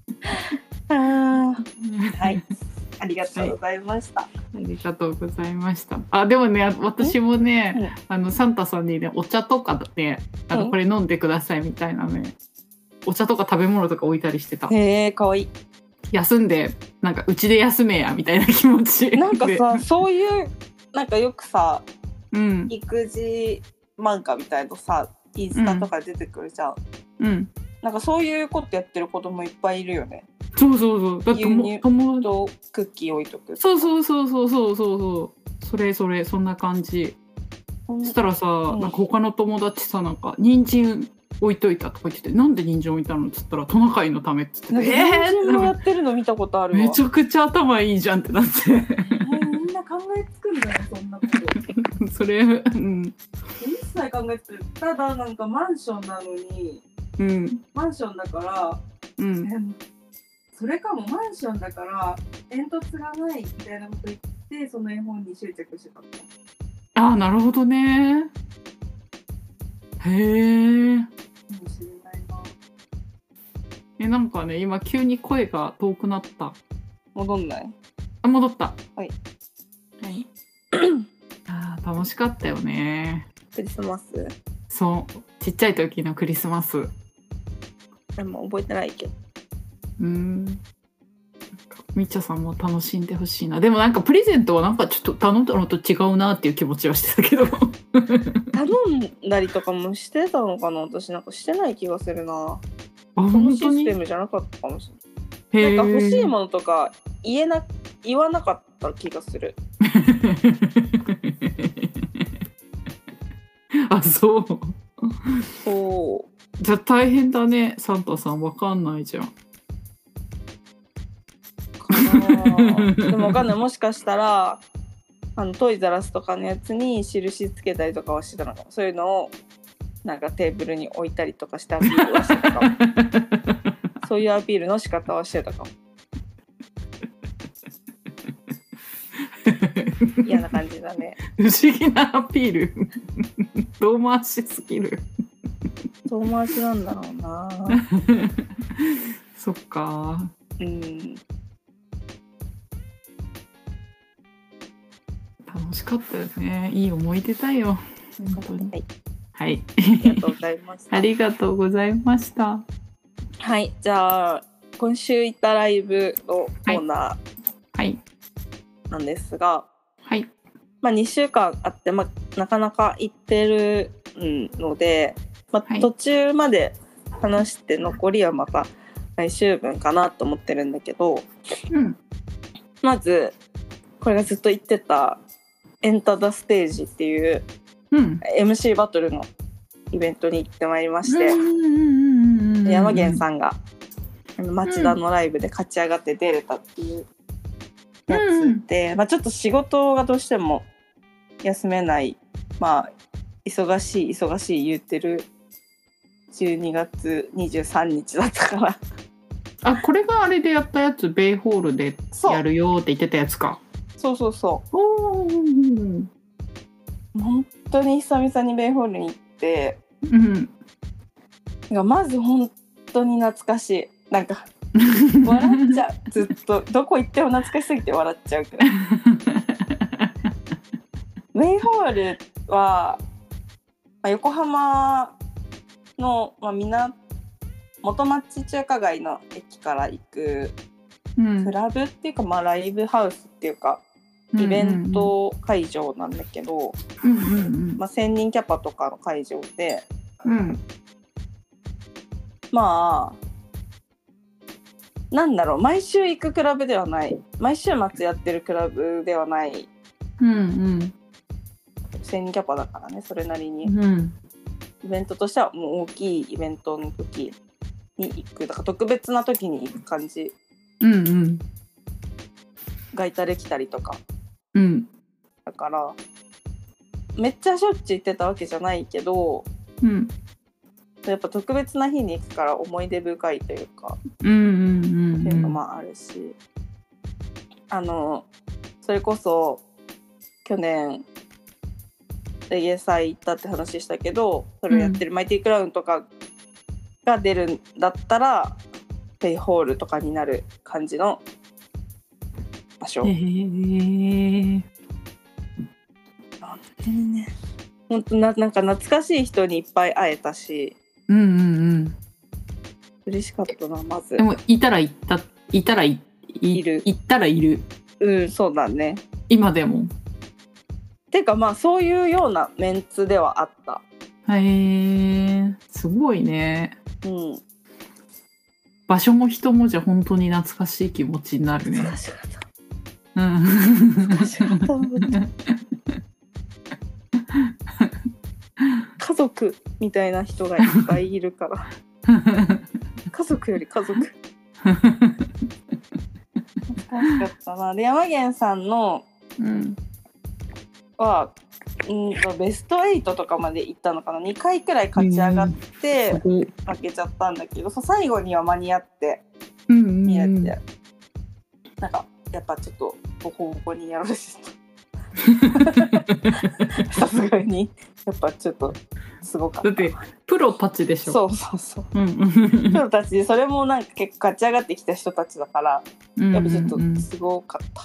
はいありがとうございました、 はい、ありがとうございました。あでもね私もね、サンタさんにねお茶とかねこれ飲んでくださいみたいなねお茶とか食べ物とか置いたりしてた。 へえかわいい。 休んでなんかうちで休めやみたいな気持ちなんかさそういうなんかよくさ、育児漫画みたいなさインスタとか出てくるじゃん、なんかそういうことやってる子供いっぱいいるよね。 そうそうそう。だって牛乳とクッキー置いとく。 そうそれそんな感じ。そしたらさ、なんか他の友達さなんか人参置いといたとか言ってて、なんで人参置いたのっつったらトナカイのためっつってて、 人参もやってるの見たことあるわ。 めちゃくちゃ頭いいじゃんってなってみんな考えつくんだよそんなことそれ一切考えつく。ただなんかマンションなのに、マンションだから、それかもマンションだから煙突がないみたいなこと言ってその絵本に執着してたの。 ああなるほどね。へえ。かもしれないな。なんかね今急に声が遠くなった。 戻んない？ あ戻った。 はい。 はいあ楽しかったよね。 クリスマス？ そうちっちゃい時のクリスマス。 でも覚えてないけど。 みっちゃさんも楽しんでほしいな。でもなんかプレゼントはなんかちょっと頼んだのと違うなっていう気持ちはしてたけど頼んだりとかもしてたのかな。私なんかしてない気がするな。 そのシステムじゃなかったかもしれない。なんか欲しいものとか言わなかった気がするあそうそうじゃあ大変だねサンタさんわかんないじゃんでもわかんない、もしかしたらトイザらスとかのやつに印つけたりとかはしてたのかも。そういうのをなんかテーブルに置いたりとかしてアピールはしてたかもそういうアピールの仕方はしてたかも。嫌な感じだね。 不思議なアピール遠回しすぎる。 遠回しなんだろうなそっか。楽しかったですね。いい思い出だよ。本当に。はい。 ありがとうございました。 ありがとうございました。 はい、じゃあ今週行ったライブのコーナーなんですが、 はい。 2週間あって、なかなか行ってるので、途中まで話して残りはまた来週分かなと思ってるんだけど、まずこれがずっと言ってたエンター・ザ・ステージっていう、MC バトルのイベントに行ってまいりまして、山源さんが町田のライブで勝ち上がって出れたっていうやつで、ちょっと仕事がどうしても休めない、忙しい言ってる12月23日だったからあ、これがあれでやったやつ、ベイホールでやるよって言ってたやつか。 そう本当に久々にベイホールに行って、まず本当に懐かしい。なんか笑っちゃうずっとどこ行っても懐かしすぎて笑っちゃうくらいベイホールは、横浜の、元町中華街の駅から行くクラブっていうか、ライブハウスっていうかイベント会場なんだけど、1000人キャパとかの会場で、なんだろう、毎週行くクラブではない、毎週末やってるクラブではない、1000人キャパだからね、それなりに、イベントとしてはもう大きいイベントの時に行く、だから特別な時に行く感じ、がいたり来たりとか、だからめっちゃしょっちゅう行ってたわけじゃないけど、やっぱ特別な日に行くから思い出深いというか、っていうのもあるし、それこそ去年レゲエ祭行ったって話したけど、それをやってるマイティクラウンとかが出るんだったらベイホールとかになる感じの場所。本当にね、本当なんか懐かしい人にいっぱい会えたし、嬉しかったな。まずでもいたらいる。 そうだね。 今でもてかそういうようなメンツではあった。 すごいね。場所も人もじゃ本当に懐かしい気持ちになるね。 懐かしかった。懐かしかった家族みたいな人がいっぱいいるから家族より家族懐かしかったな。で、山源さんの、はベスト8とかまで行ったのかな。2回くらい勝ち上がって負けちゃったんだけど、最後には間に合って見れて、なんかやっぱちょっとボコボコにやられてたさすがにやっぱちょっとすごかった。 だってプロたちでしょ。 そう、プロたちで、それもなんか結構勝ち上がってきた人たちだから、やっぱちょっとすごかった。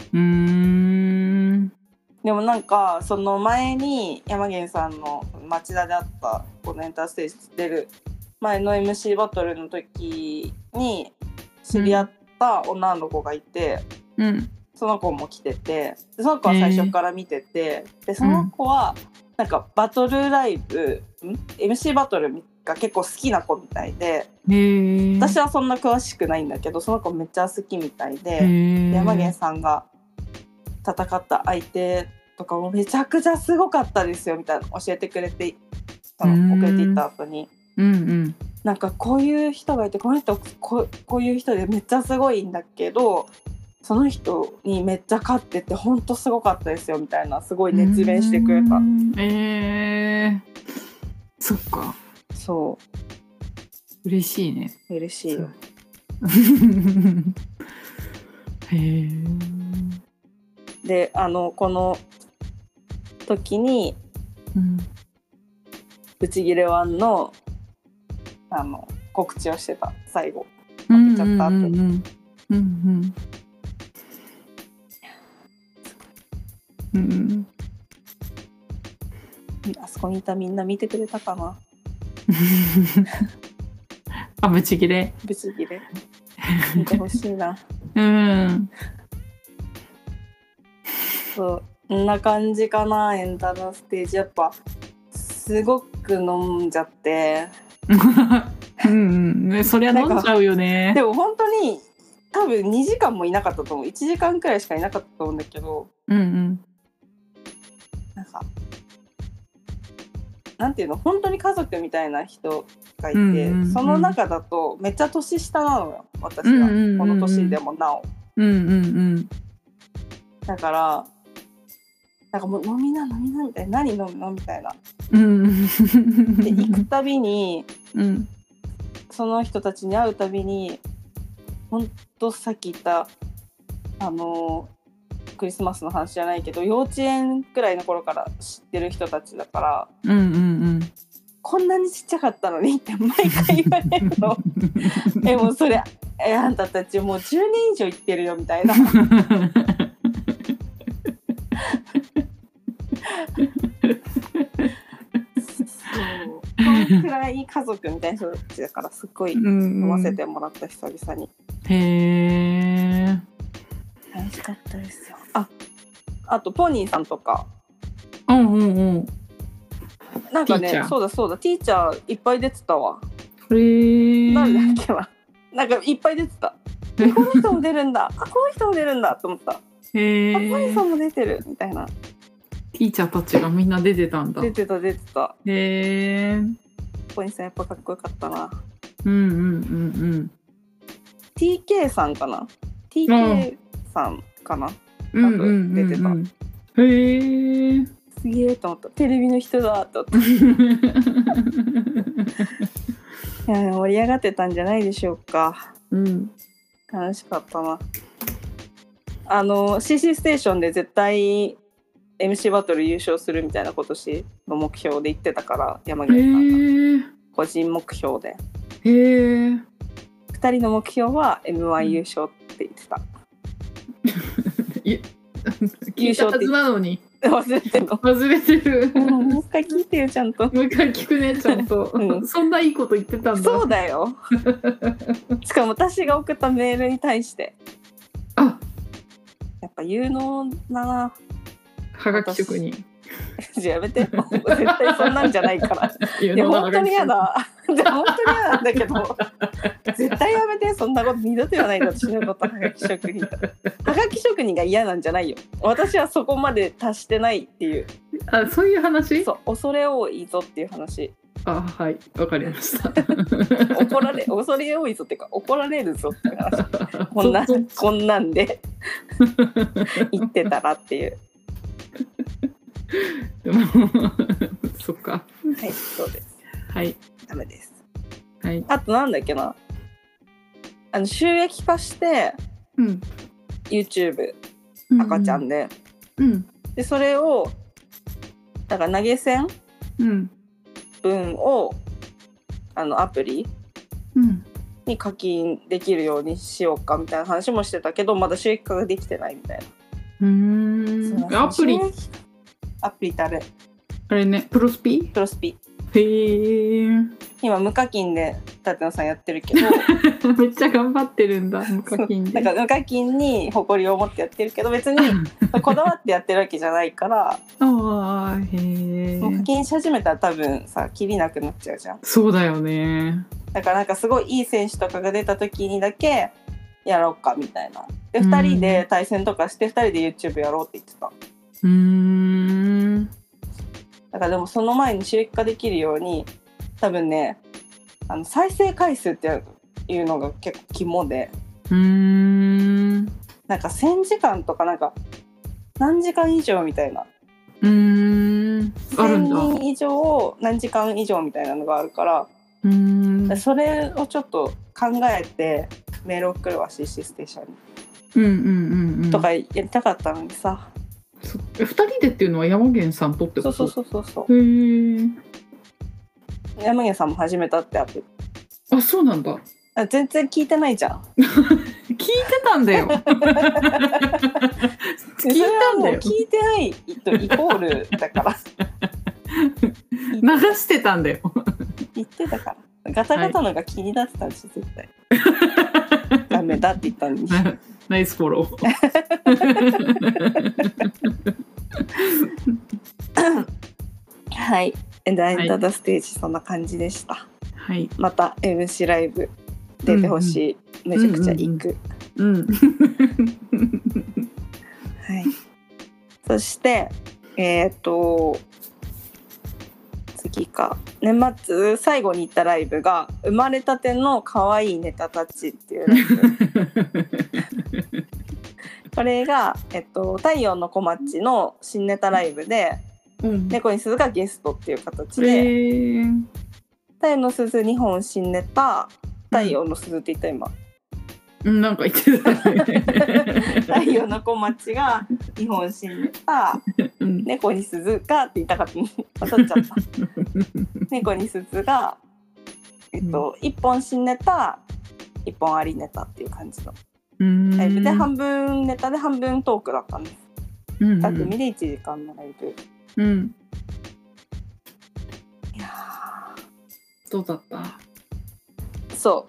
でもなんかその前に山源さんの町田であったこのエンターステージ出る前の MC バトルの時に知り合った女の子がいて、その子も来てて、その子は最初から見てて、でその子はなんかバトルライブ、MC バトルが結構好きな子みたいで、私はそんな詳しくないんだけど、その子めっちゃ好きみたいで、山源さんが戦った相手とかもめちゃくちゃすごかったですよみたいな教えてくれて、送れていった後に、なんかこういう人がいて、この人こういう人でめっちゃすごいんだけど、 その人にめっちゃ勝っててほんとすごかったですよみたいなすごい熱弁してくれた。 そっか。 そう嬉しいね。 嬉しいよ。 へえ。 でこの時に、ブチギレワンの告知をしてた最後負けちゃった後に。あそこにいたみんな見てくれたかな。 あ、ブチギレ見てほしいな。そうこんな感じかな。エンタのステージやっぱすごく飲んじゃってそりゃ飲んじゃうよね。 でも本当に多分2時間もいなかったと思う。1時間くらいしかいなかったと思うんだけど、なんかなんていうの、本当に家族みたいな人がいて、その中だとめっちゃ年下なのよ私が、この年でもなお、だからなんかもう飲みなみたいな、何飲むのみたいな、で行くたびに、その人たちに会うたびに本当さっき言ったクリスマスの話じゃないけど幼稚園くらいの頃から知ってる人たちだから、こんなにちっちゃかったのにって毎回言われるの。もうそれあんたたちもう10年以上行ってるよみたいな。そのくらい家族みたいな人たちだからすっごい飲ませてもらった久々に。 へー、 楽しかったですよ。あとポニーさんとか、なんかね、そうだティーチャーいっぱい出てたわ。誰だっけな、なんかいっぱい出てた。この人も出るんだ、この人も出るんだと思った。ポニーさんも出てるみたいな。 ティーチャーたちがみんな出てたんだ。 出てた。へえ。 ポニーさんやっぱかっこよかったな。TK さんかな、 TK さんかな、多分出てた。 へえ。 すげえと思った。テレビの人だと思った。いや盛り上がってたんじゃないでしょうか。楽しかったな。CC ステーションで絶対MC バトル優勝するみたいな今年の目標で言ってたから、山際さんが個人目標で。2人の目標は M1 優勝って言ってた。 聞いたはずなのに忘れてる。もう一回聞いてよちゃんと。 もう一回聞くねちゃんと。そんないいこと言ってたんだ。 そうだよ。しかも私が送ったメールに対して。やっぱ有能だな。 はがき職人。 やめて。絶対そんなんじゃないから。いや本当に嫌だ。本当に嫌なんだけど。絶対やめて。そんなこと二度と言わないで、私のこと。はがき職人。はがき職人が嫌なんじゃないよ。私はそこまで達してないっていう。 そういう話？ そう、恐れ多いぞっていう話。 はい、わかりました。 恐れ多いぞっていうか怒られるぞっていう話。こんなんで言ってたらっていう。 でもそっか。 はい、そうです。 はい。 ダメです。 はい。 あとなんだっけな。収益化して、YouTube 赤ちゃんで、でそれをだから投げ銭分をアプリに課金できるようにしようかみたいな話もしてたけど、まだ収益化ができてないみたいな。アプリってあれね、プロスピ。へえ。 今無課金で舘野さんやってるけどめっちゃ頑張ってるんだ。無課金で。 なんか無課金に誇りを持ってやってるけど、別にこだわってやってるわけじゃないからあへえ。 課金し始めたら多分さ切りなくなっちゃうじゃん。 そうだよね。 だからなんかすごいいい選手とかが出た時にだけやろうかみたいな。で2人で対戦とかして2人で YouTube やろうって言ってた。だからでもその前に収益化できるように多分ね、再生回数っていうのが結構肝で、 なんか1000時間とかなんか何時間以上みたいな、 あるんだ。 1000人以上何時間以上みたいなのがあるから、それをちょっと考えてメール送るわ CC ステーションに、とかやりたかったのにさ。 2人でっていうのは山源さんとってこと？ そうへえ。山源さんも始めたってアプリ。 あ、そうなんだ。 全然聞いてないじゃん。 聞いてたんだよ。聞いたんだよ。 聞いてないとイコールだから流してたんだよ。 言ってたから。ガタガタのが気になってたんですよ、絶対。ダメだって言ったのに。 ナイスフォロー。 はい。エンターダステージそんな感じでした。 はい。 また MC ライブ出てほしい。めちゃくちゃ行く。はい。そして次か。年末最後に行ったライブが生まれたての可愛いネタたちっていうライブ。これが太陽の小町の新ネタライブで、猫に鈴がゲストっていう形で、太陽の鈴2本新ネタ、太陽の鈴って言った今。 なんか言ってたね。 太陽の小町が2本新ネタ、猫に鈴がって言いたかったのに渡っちゃった。猫に鈴が1本新ネタ、1本ありネタっていう感じのライブで、半分ネタで半分トークだったんです。2組で1時間のライブ。いやどうだった？ そう。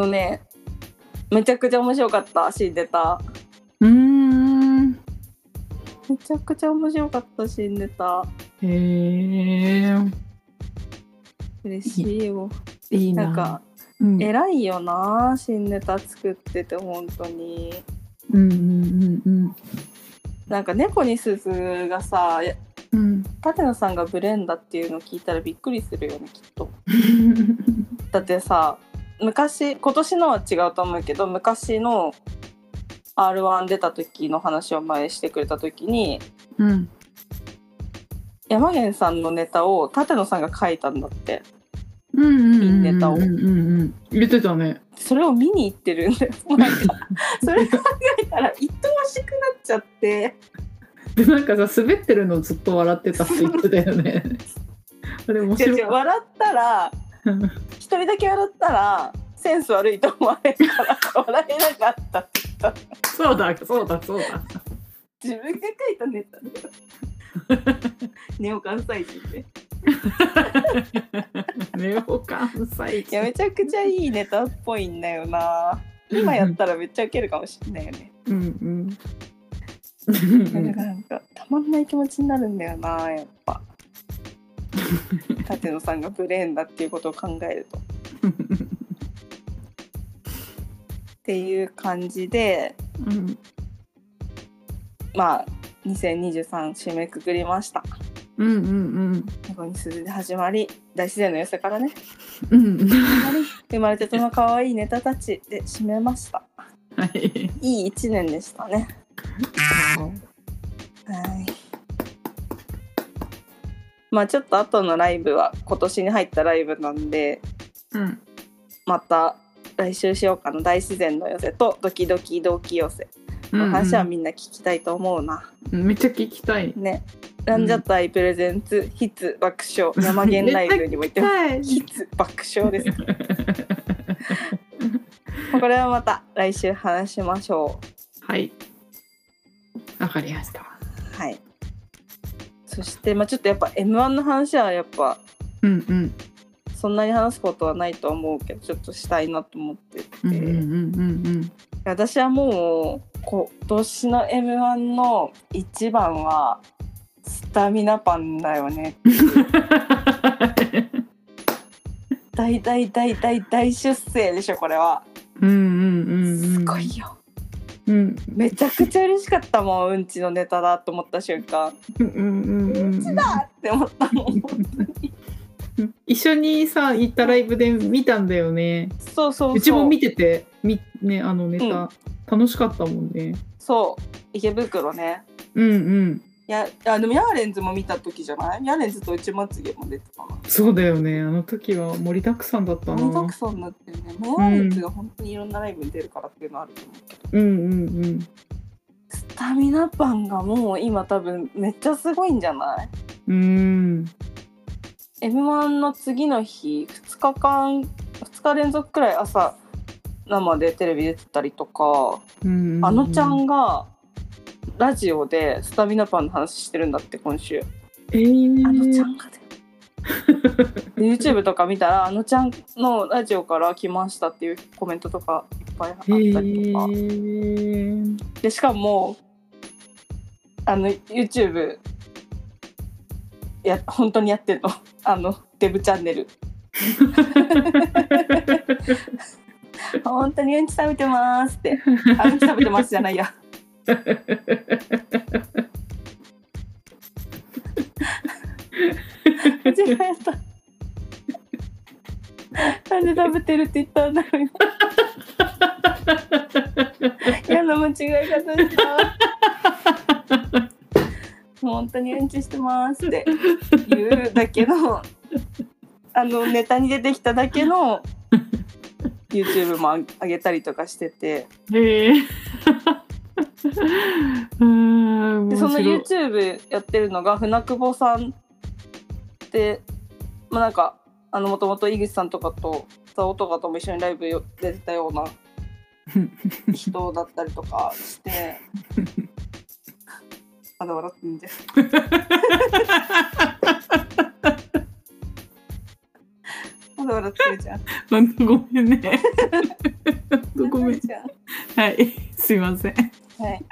めちゃくちゃ面白かった新ネタ。めちゃくちゃ面白かった新ネタ。 へえ。 嬉しいよ。 いいな。 なんか、偉いよな新ネタ作ってて本当に。なんか猫に鈴がさ、舘野さんがブレンダっていうのを聞いたらびっくりするよねきっと。だってさ、今年のは違うと思うけど、昔の R1 出た時の話を前してくれた時に、山源さんのネタを舘野さんが書いたんだって。ピンネタを言ってたね。 それを見に行ってるんだよ。なんかそれ考えたら愛おしくなっちゃって。 でなんかさ、滑ってるのずっと笑ってたって言ってたよね。あれ面白い。 笑ったら一人だけ笑ったらセンス悪いと思われるから笑えなかったって言った。 そうだ。 自分が書いたネタだよ。ネオ関西人で。 ネオ関西人。 いやめちゃくちゃいいネタっぽいんだよな。今やったらめっちゃウケるかもしれないよね。なんかたまんない気持ちになるんだよな、やっぱ。舘野さんがブレーンだっていうことを考えると。っていう感じで、まあ2023締めくくりました。猫に鈴で始まり、大自然の寄せからね、生まれてとの可愛いネタたちで締めました。いい1年でしたね。まあちょっと後のライブは今年に入ったライブなんで、また来週しようかな。大自然の寄せとドキドキ同期寄せの話はみんな聞きたいと思うな。 めっちゃ聞きたいね。ランジャタイプレゼンツヒッツ爆笑山源ライブにも行ってますヒッツ爆笑です。これはまた来週話しましょう。はい、わかりました。 はい。そして、ちょっとやっぱ M1 の話はやっぱ、そんなに話すことはないと思うけど、ちょっとしたいなと思ってて、私はもう今年の M1 の一番はスタミナパンだよね。大出世でしょこれは。すごいよ。めちゃくちゃ嬉しかったもん。うんちのネタだと思った瞬間、うんちだって思ったもん。 一緒にさ行ったライブで見たんだよね。 そう。 うちも見ててね、あのネタ、 楽しかったもんね。 そう池袋ね。 うんうん。 いやでもヤーレンズも見た時じゃない？ヤーレンズと内まつげも出てたな。 そうだよね。あの時は盛りだくさんだったな。 盛りだくさんだってね。ヤーレンズが本当にいろんなライブに出るからっていうのあると思うけど。 うんうんうん。 スタミナパンがもう今多分めっちゃすごいんじゃない？ M1 の次の日2日連続くらい朝生でテレビ出てたりとか、あのちゃんがラジオでスタミナパンの話してるんだって今週。あのちゃんがでYouTube とか見たらあのちゃんのラジオから来ましたっていうコメントとかいっぱいあったりとか、でしかもYouTube 本当にやってんのデブチャンネル本当にうんち食べてますってうんち食べてますじゃないや間違えた。なんで食べてるって言ったんだろう嫌な間違い方した本当にうんちしてますって言うだけのネタに出てきただけのYouTube も上げたりとかしてて、でその YouTube やってるのが船久保さんって、なんかもともと井口さんとかとザオとかとも一緒にライブ出てたような人だったりとかしてまだ笑ってんじゃんまだ笑ってるじゃん。 本当ごめんねごめんはいすいません。 はい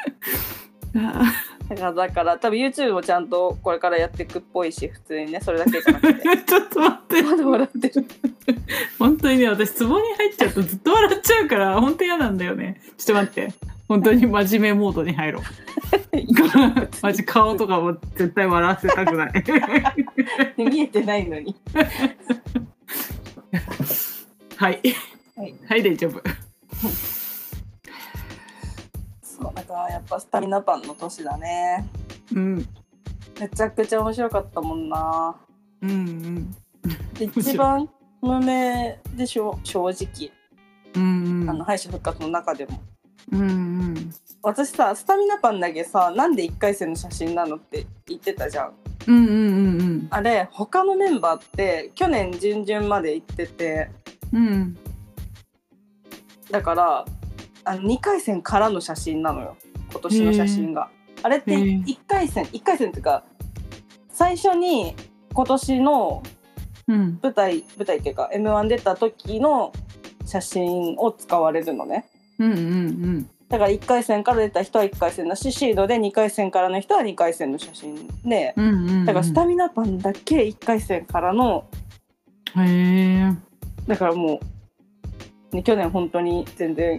だから多分 YouTube もちゃんとこれからやっていくっぽいし、普通にね、それだけじゃなくてちょっと待ってまだ笑ってる本当にね、私ツボに入っちゃうとずっと笑っちゃうから本当嫌なんだよね。ちょっと待って、本当に真面目モードに入ろうマジ顔とかも絶対笑わせたくない見えてないのにはいはい大丈夫そうだからやっぱスタミナパンの年だね。 うんめちゃくちゃ面白かったもんな。 うんうん一番無名でしょ正直、 うんうん、 敗者復活の中でも、 うんうん、 私さスタミナパンだけさなんで1回戦の写真なのって言ってたじゃん。 うんうんうんうん、 あれ他のメンバーって去年準々まで行ってて、 うん、 だから2回戦からの写真なのよ今年の写真が。あれって1回戦っていうか最初に今年の舞台っていうか M1 出た時の写真を使われるのね、 うんうんうん、 だから1回戦から出た人は1回戦だし、シードで2回戦からの人は2回戦の写真で、うんうんうん、だからスタミナパンだけ1回戦からの、だからもう、ね、去年本当に全然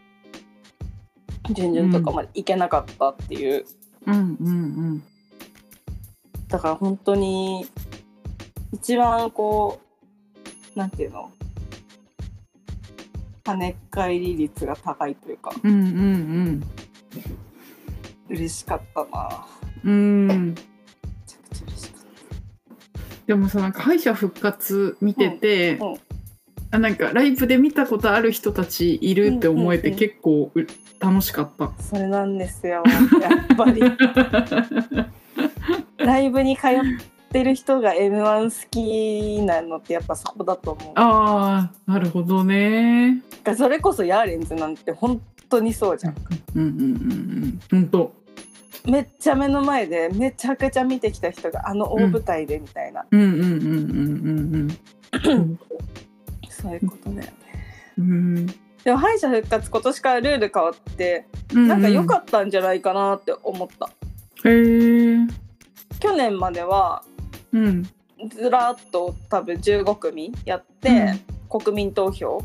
準々とかまでいけなかったっていう、 うんうんうん、 だから本当に一番こうなんていうの跳ね返り率が高いというか、 うんうんうん、 嬉しかったな。 めちゃくちゃ嬉しかった。 でもさ、なんか敗者復活見てて、なんかライブで見たことある人たちいるって思えて結構楽しかった。 それなんですよやっぱりライブに通ってる人が M1 好きなのってやっぱそこだと思う。 ああ、なるほどね。 それこそヤーレンズなんて本当にそうじゃん。 うんうんうんうん、本当。 めっちゃ目の前でめちゃくちゃ見てきた人が大舞台でみたいな。 うんうんうんうんうんうん。 そういうことだよね。 うん。 でも敗者復活今年からルール変わって、なんか良かったんじゃないかなって思った。 へえ。 去年までは、ずらっと多分15組やって、国民投票、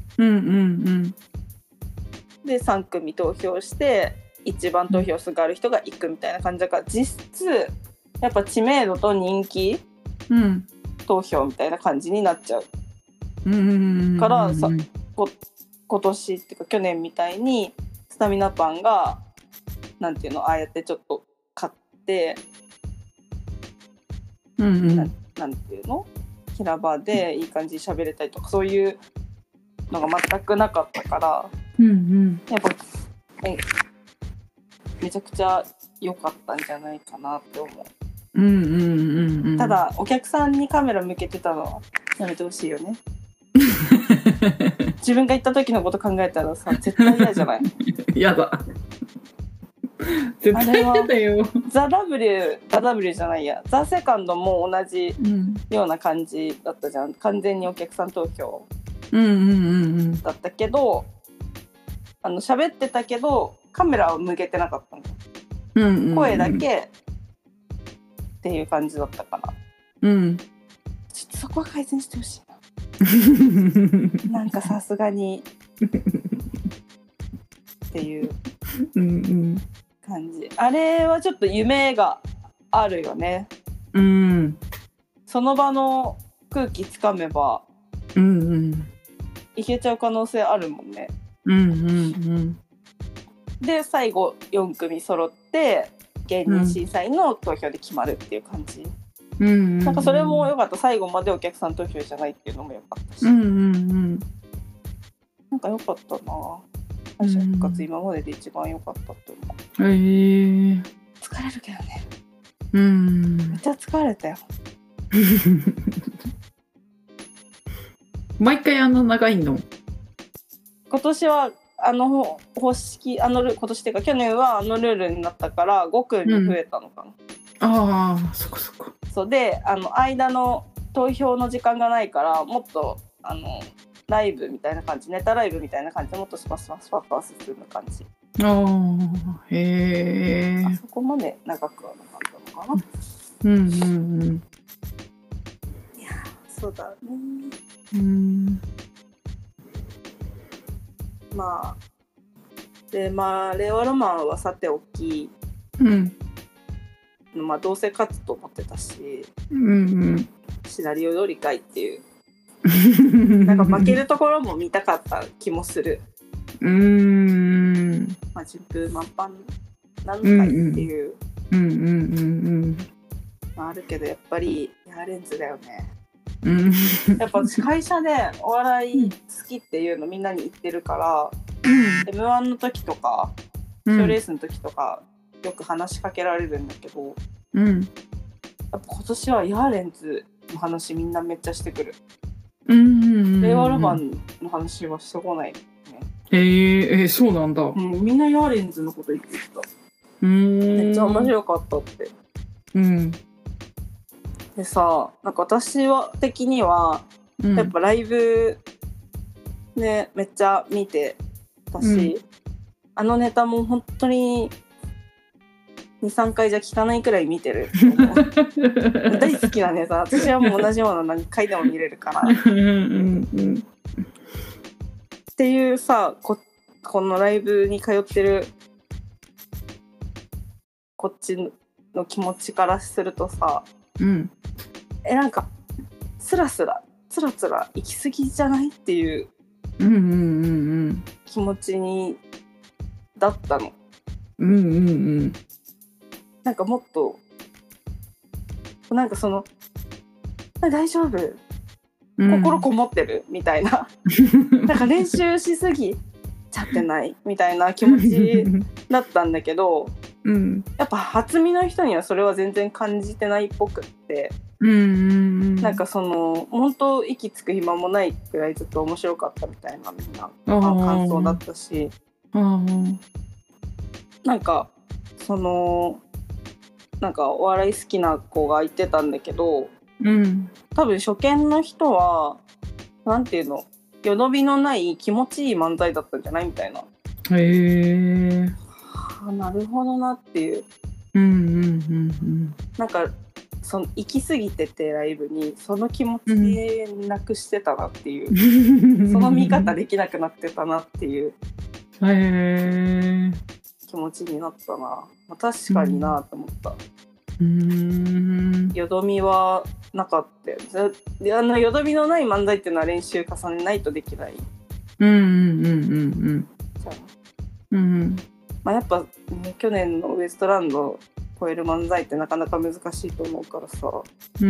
で3組投票して一番投票数がある人が行くみたいな感じだから、実質やっぱ知名度と人気、投票みたいな感じになっちゃう、からさ今年っていうか去年みたいにスタミナパンがなんていうの、ああやってちょっと買って、なんていうの、平場でいい感じに喋れたりとか、そういうのが全くなかったから、やっぱめちゃくちゃ良かったんじゃないかなって思う。ただお客さんにカメラ向けてたのはやめてほしいよね。自分が行った時のこと考えたらさ、絶対嫌じゃない？ 嫌だ。絶対嫌だよ。 ザ・ W じゃないや、ザ・セカンドも同じような感じだったじゃん。完全にお客さん投票だったけど、喋ってたけどカメラを向けてなかったの、声だけっていう感じだったから、ちょっとそこは改善してほしいな。なんかさすがにっていう感じ。あれはちょっと夢があるよね。その場の空気つかめば、いけちゃう可能性あるもんね。で最後4組揃って芸人審査員の投票で決まるっていう感じ。なんかそれも良かった。最後までお客さん投票じゃないっていうのも良かったし、なんか良かったな。敗者復活今までで一番良かったと思う。疲れるけどね。めっちゃ疲れたよ。 毎回長いの？ 今年は方式今年っていうか去年はルールになったから5組増えたのかな。 ああ、そこそこ。 そうで、間の投票の時間がないからもっとライブみたいな感じ、ネタライブみたいな感じでもっとスパスパスパスパス進む感じ。 へえ。 あそこまで長くはなかったのかな。いやそうだね。まあ令和ロマンはさておき、まあどうせ勝つと思ってたし、シナリオ通りかいっていうなんか負けるところも見たかった気もする。まあ順風満帆なのかいっていう、まあ、あるけどやっぱりヤーレンズだよね。やっぱ会社でお笑い好きっていうのみんなに言ってるから、M1 の時とか賞レースの時とかよく話しかけられるんだけど、やっぱ今年はヤーレンズの話みんなめっちゃしてくる。令和ロマンの話はしてこないね。 そうなんだ。 みんなヤーレンズのこと言ってた。めっちゃ面白かったって。でさ、なんか私は的には、やっぱライブねめっちゃ見てたし、ネタも本当に 2,3 回じゃ聞かないくらい見てると思う。大好きなネタ、私はもう同じような何回でも見れるからっていうさ、このライブに通ってるこっちの気持ちからするとさ、なんかつらつら行き過ぎじゃないっていう気持ちにだったの。なんかもっとなんかその大丈夫、心こもってるみたいななんか練習しすぎちゃってないみたいな気持ちだったんだけど、やっぱ初見の人にはそれは全然感じてないっぽくって、なんかその本当息つく暇もないくらいずっと面白かったみたいなみんな感想だったし、なんかそのなんかお笑い好きな子が言ってたんだけど、多分初見の人はなんていうの、よどみのない気持ちいい漫才だったんじゃないみたいな。なるほどなっていう。なんかその行き過ぎててライブにその気持ちなくしてたなっていう、その見方できなくなってたなっていう気持ちになったな。まあ、確かになと思った。よどみはなかったよ。よどみのない漫才っていうのは練習重ねないとできない。 うん、 まあ、やっぱ、ね、去年のウエストランドを超える漫才ってなかなか難しいと思うからさ、 うん、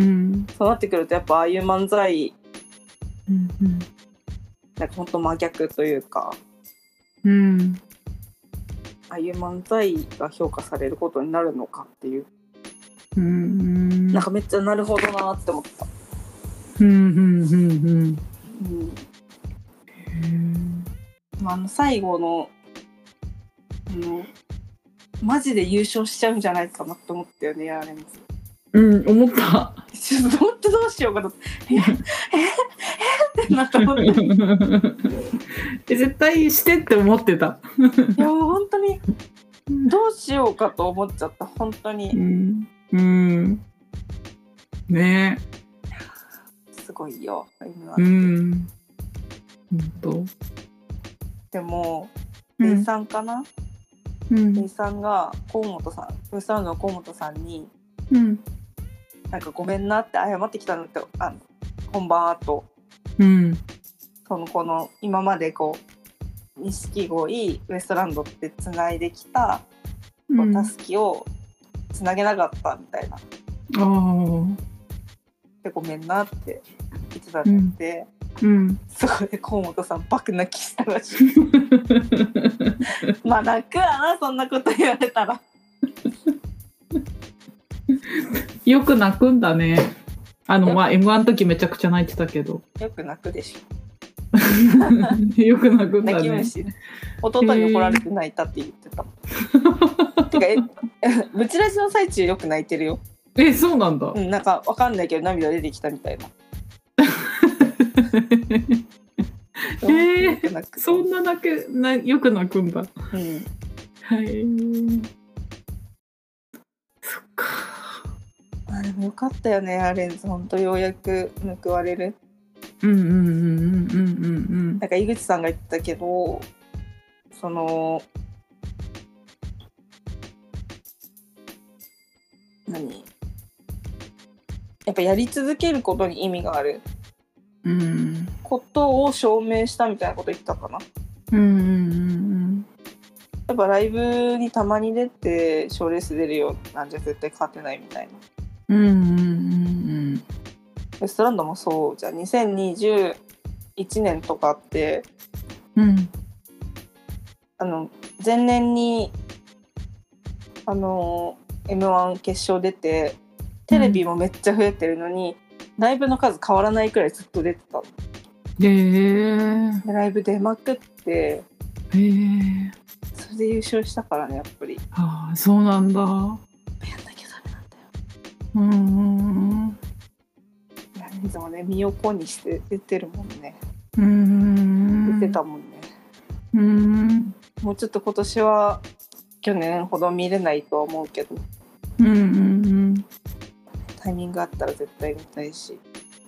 そうなってくるとやっぱああいう漫才、 うんうん、 なんかほんと真逆というか、 うん、 ああいう漫才が評価されることになるのかっていう、 うん、 なんかめっちゃなるほどなって思った。 うんうんうんうん最後の、マジで優勝しちゃうんじゃないかなって思ったよね、ヤーレンズ。 うん、思った。 ちょっと本当どうしようかと。ってなったもんね。 絶対してって思ってた。 いやもう本当にどうしようかと思っちゃった、本当に。 うんうん、ねえ。すごいよ、 うん。本当。 でも、レイさんかな？レイさんが河本さん、ウエストランドの河本さんに、なんかごめんなって謝ってきたのって、本番後、この今までこう錦鯉ウエストランドってつないできたたすきをつなげなかったみたいな、でごめんなって言ってたんで、そこで河本さんバク泣きしたらしい。まあ泣くわな、そんなこと言われたら。 よく泣くんだね。まあ M1 の時めちゃくちゃ泣いてたけど。 よく泣くでしょ。 よく泣くんだね。 泣き虫。弟に怒られて泣いたって言ってた。てかブチラジの最中よく泣いてるよ。 そうなんだ。 なんかわかんないけど涙出てきたみたいな。 そんなよく泣くんだ。はい。そっか。 でもよかったよね、アレンズ。本当ようやく報われる。なんか井口さんが言ってたけど、やっぱやり続けることに意味があることを証明したみたいなこと言ってたかな。やっぱライブにたまに出て賞レース出るよなんじゃ絶対勝てないみたいな。ウエストランドもそうじゃん。2021年とかって、前年にM1 決勝出てテレビもめっちゃ増えてるのに、ライブの数変わらないくらいずっと出てた。でライブ出まくって、それで優勝したからね、やっぱり。 そうなんだ。やんなきゃダメなんだよ。ヤレンズもね、身を粉にして出てるもんね。出てたもんね。もうちょっと今年は去年ほど見れないとは思うけど、タイミングあったら絶対見たいし、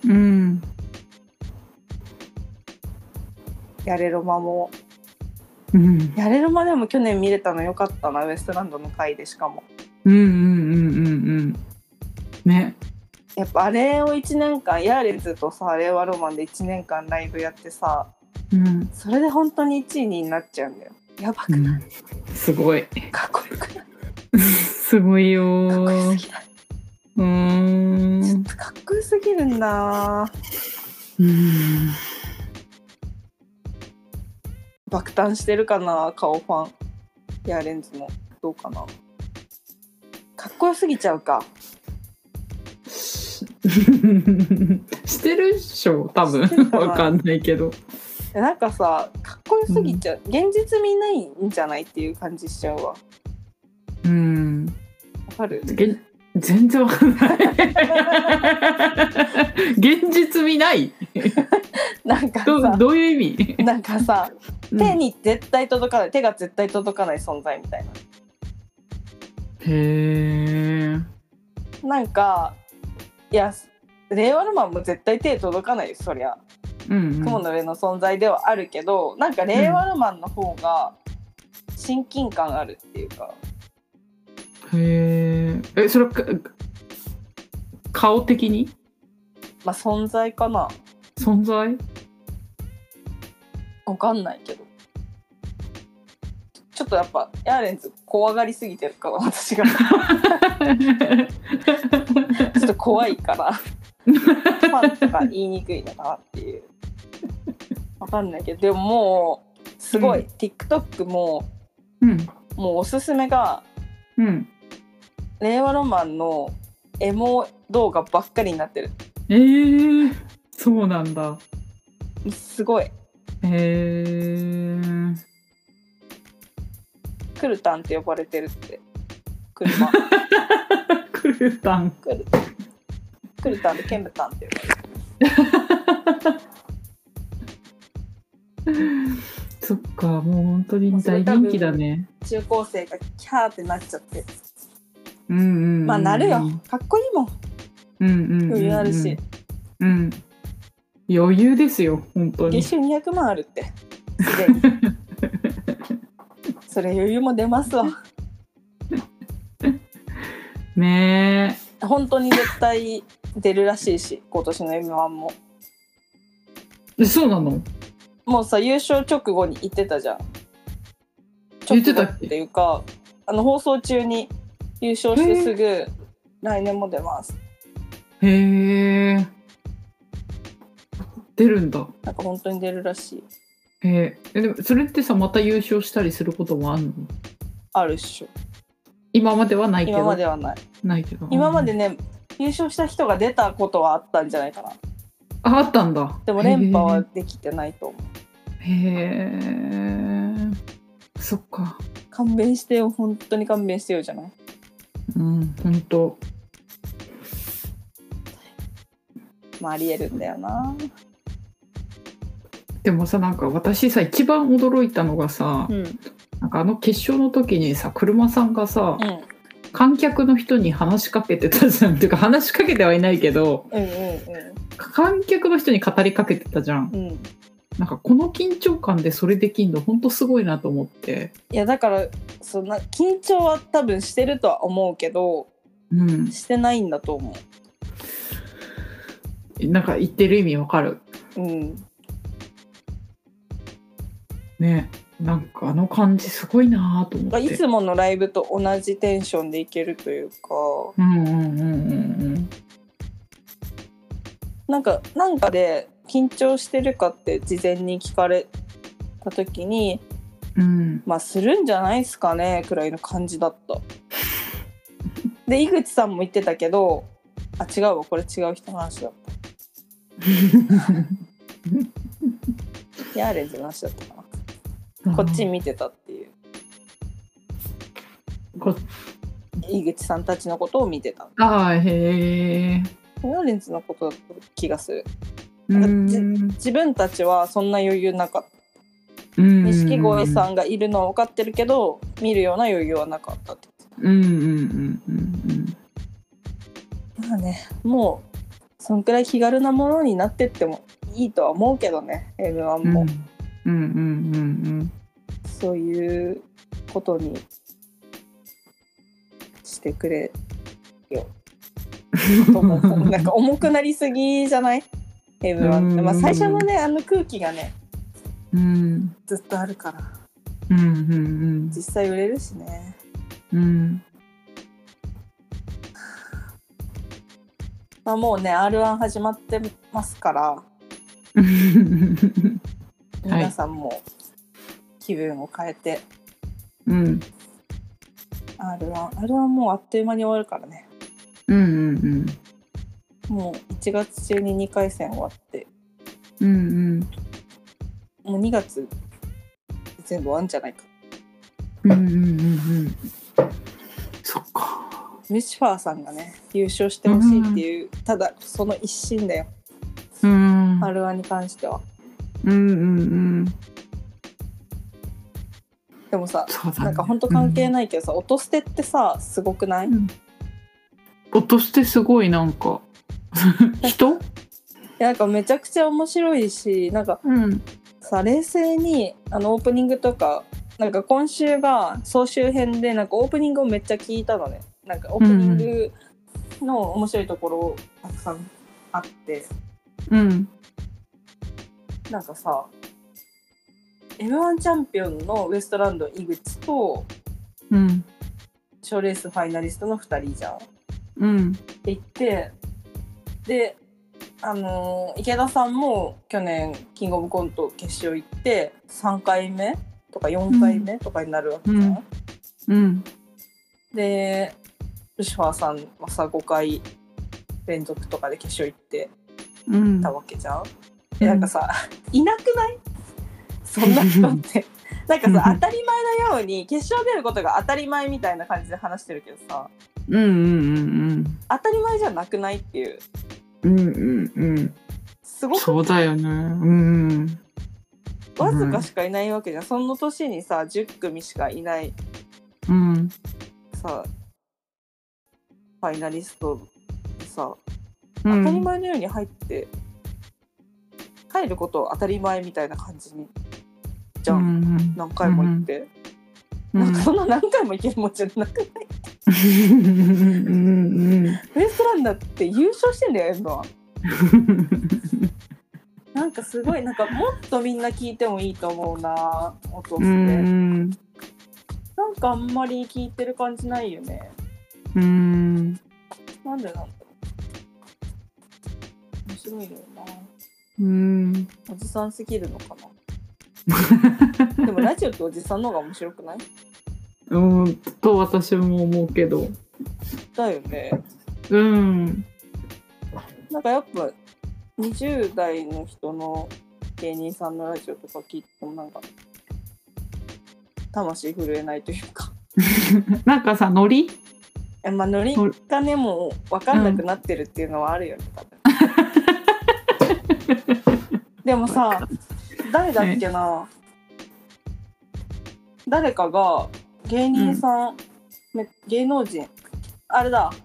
やれろまも、やれろまでも去年見れたのよかったな、ウエストランドの回で。しかもね、やっぱあれを1年間ヤーレンズとさ、令和ロマンで1年間ライブやってさ、それで本当に1位になっちゃうんだよ。やばくない？ すごいかっこよくない？ すごいよ。 かっこよすぎない？ちょっとかっこよすぎるんだ。爆誕してるかな、顔ファン。ヤーレンズもどうかな。かっこよすぎちゃうか。 してるっしょ、多分。わかんないけど。 なんかさ、かっこよすぎちゃう。現実見ないんじゃないっていう感じしちゃうわ。わかる？ 全然わかんない。現実見ないなんかさ、 どういう意味？ なんかさ、手に絶対届かない、手が絶対届かない存在みたいな。なんか、いや、令和ロマンも絶対手届かないよ、そりゃ。雲の上の存在ではあるけど、なんか令和ロマンの方が親近感あるっていうか。 それ顔的に？ まあ存在かな。 存在？ わかんないけど、ちょっっとやっぱヤーレンズ怖がりすぎてるから私がちょっと怖いからファンとか言いにくいのかなっていうわかんないけど、でももうすごい、TikTok も、もうおすすめが、令和ロマンのエモ動画ばっかりになってる。 そうなんだ。 すごい。クルタンって呼ばれてるって。車クルタンでケンブタンって呼ばれてるそっか、もう本当に大人気だね。 中高生がキャーってなっちゃって、まあなるよ、かっこいいもん、余裕あるし、余裕ですよ本当に。 月収200万あるってすでにそれ余裕も出ますわねえ、本当に絶対出るらしいし、今年の M1 も。 そうなの？ もうさ、優勝直後に言ってたじゃん。 言ってたっけ？ っていうか、放送中に優勝してすぐ来年も出ます。 へえ。出るんだ。 なんか本当に出るらしい。 でもそれってさ、また優勝したりすることもあるの？ あるっしょ。 今まではないけど。 今まではない。 ないけど。 今までね、優勝した人が出たことはあったんじゃないかな。 あったんだ。 でも連覇はできてないと思う。 そっか。 勘弁してよ、本当に勘弁してよじゃない。 本当。 まあありえるんだよな。 でもさ、なんか私さ、一番驚いたのがさ、なんか決勝の時にさ、車さんがさ、観客の人に話しかけてたじゃん。っていうか話しかけてはいないけど、観客の人に語りかけてたじゃん。なんかこの緊張感でそれできんの本当すごいなと思って。 いやだからそんな緊張は多分してるとは思うけど、してないんだと思う。なんか言ってる意味わかる。ね、なんか感じすごいなと思って。 いつものライブと同じテンションでいけるというか、なんかで緊張してるかって事前に聞かれた時に、まあするんじゃないですかねくらいの感じだった。で井口さんも言ってたけど、あ、違うわ、これ違う人の話だったヤーレンズの話だったかな。こっち見てたっていう、井口さんたちのことを見てた。ヤーレンズのことだった気がする。自分たちはそんな余裕なかった。錦鯉さんがいるのは分かってるけど見るような余裕はなかったって。まあね、もうそんくらい気軽なものになってってもいいとは思うけどね、M1 も。そういうことにしてくれよなんか重くなりすぎじゃない M1 って。まあ最初のね、空気がね、ずっとあるから、実際売れるしね。まあ、もうね R1 始まってますから皆さんも気分を変えて、R1 もうあっという間に終わるからね。もう1月中に2回戦終わって、もう2月全部終わるんじゃないか。 そっか。 ルシファーさんがね優勝してほしいっていう、ただその一心だよ、R1 に関しては。でもさ、なんかほんと関係ないけどさ、音捨てってさすごくない？ 音捨てすごい、なんか人？いや、なんかめちゃくちゃ面白いし、なんか、さ冷静にオープニングとか、なんか今週が総集編で、なんかオープニングをめっちゃ聞いたのね。なんかオープニングの面白いところたくさんあって、なんかさ、 M1 チャンピオンのウエストランド井口と、賞レースファイナリストの2人じゃん。って言ってで池田さんも去年キングオブコント決勝行って3回目とか4回目とかになるわけじゃん。でルシファーさんはさ5回連続とかで決勝行ってたわけじゃん。なんかさいなくない？そんな人ってなんかさ当たり前のように決勝出ることが当たり前みたいな感じで話してるけどさ、当たり前じゃなくないっていう。すごくそうだよね。 わずかしかいないわけじゃん。その年にさ10組しかいない、さファイナリストでさ、当たり前のように入ることを当たり前みたいな感じにじゃん、何回も行って、なんかそんな何回も行けるもんじゃなくない？ウエストランドって優勝してんだよ、M1。なんかすごい、なんかもっとみんな聞いてもいいと思うな、音って。なんかあんまり聞いてる感じないよね。なんでなんだろう。面白いよな。おじさんすぎるのかな。でもラジオっておじさんの方が面白くない？ と私も思うけど。 だよね。なんかやっぱ20代の人の芸人さんのラジオとか聞いてもなんか魂震えないというかなんかさ、ノリノリがねもう分かんなくなってるっていうのはあるよね、多分。でもさ、誰だっけな、誰かが芸人さん、芸能人あれだ、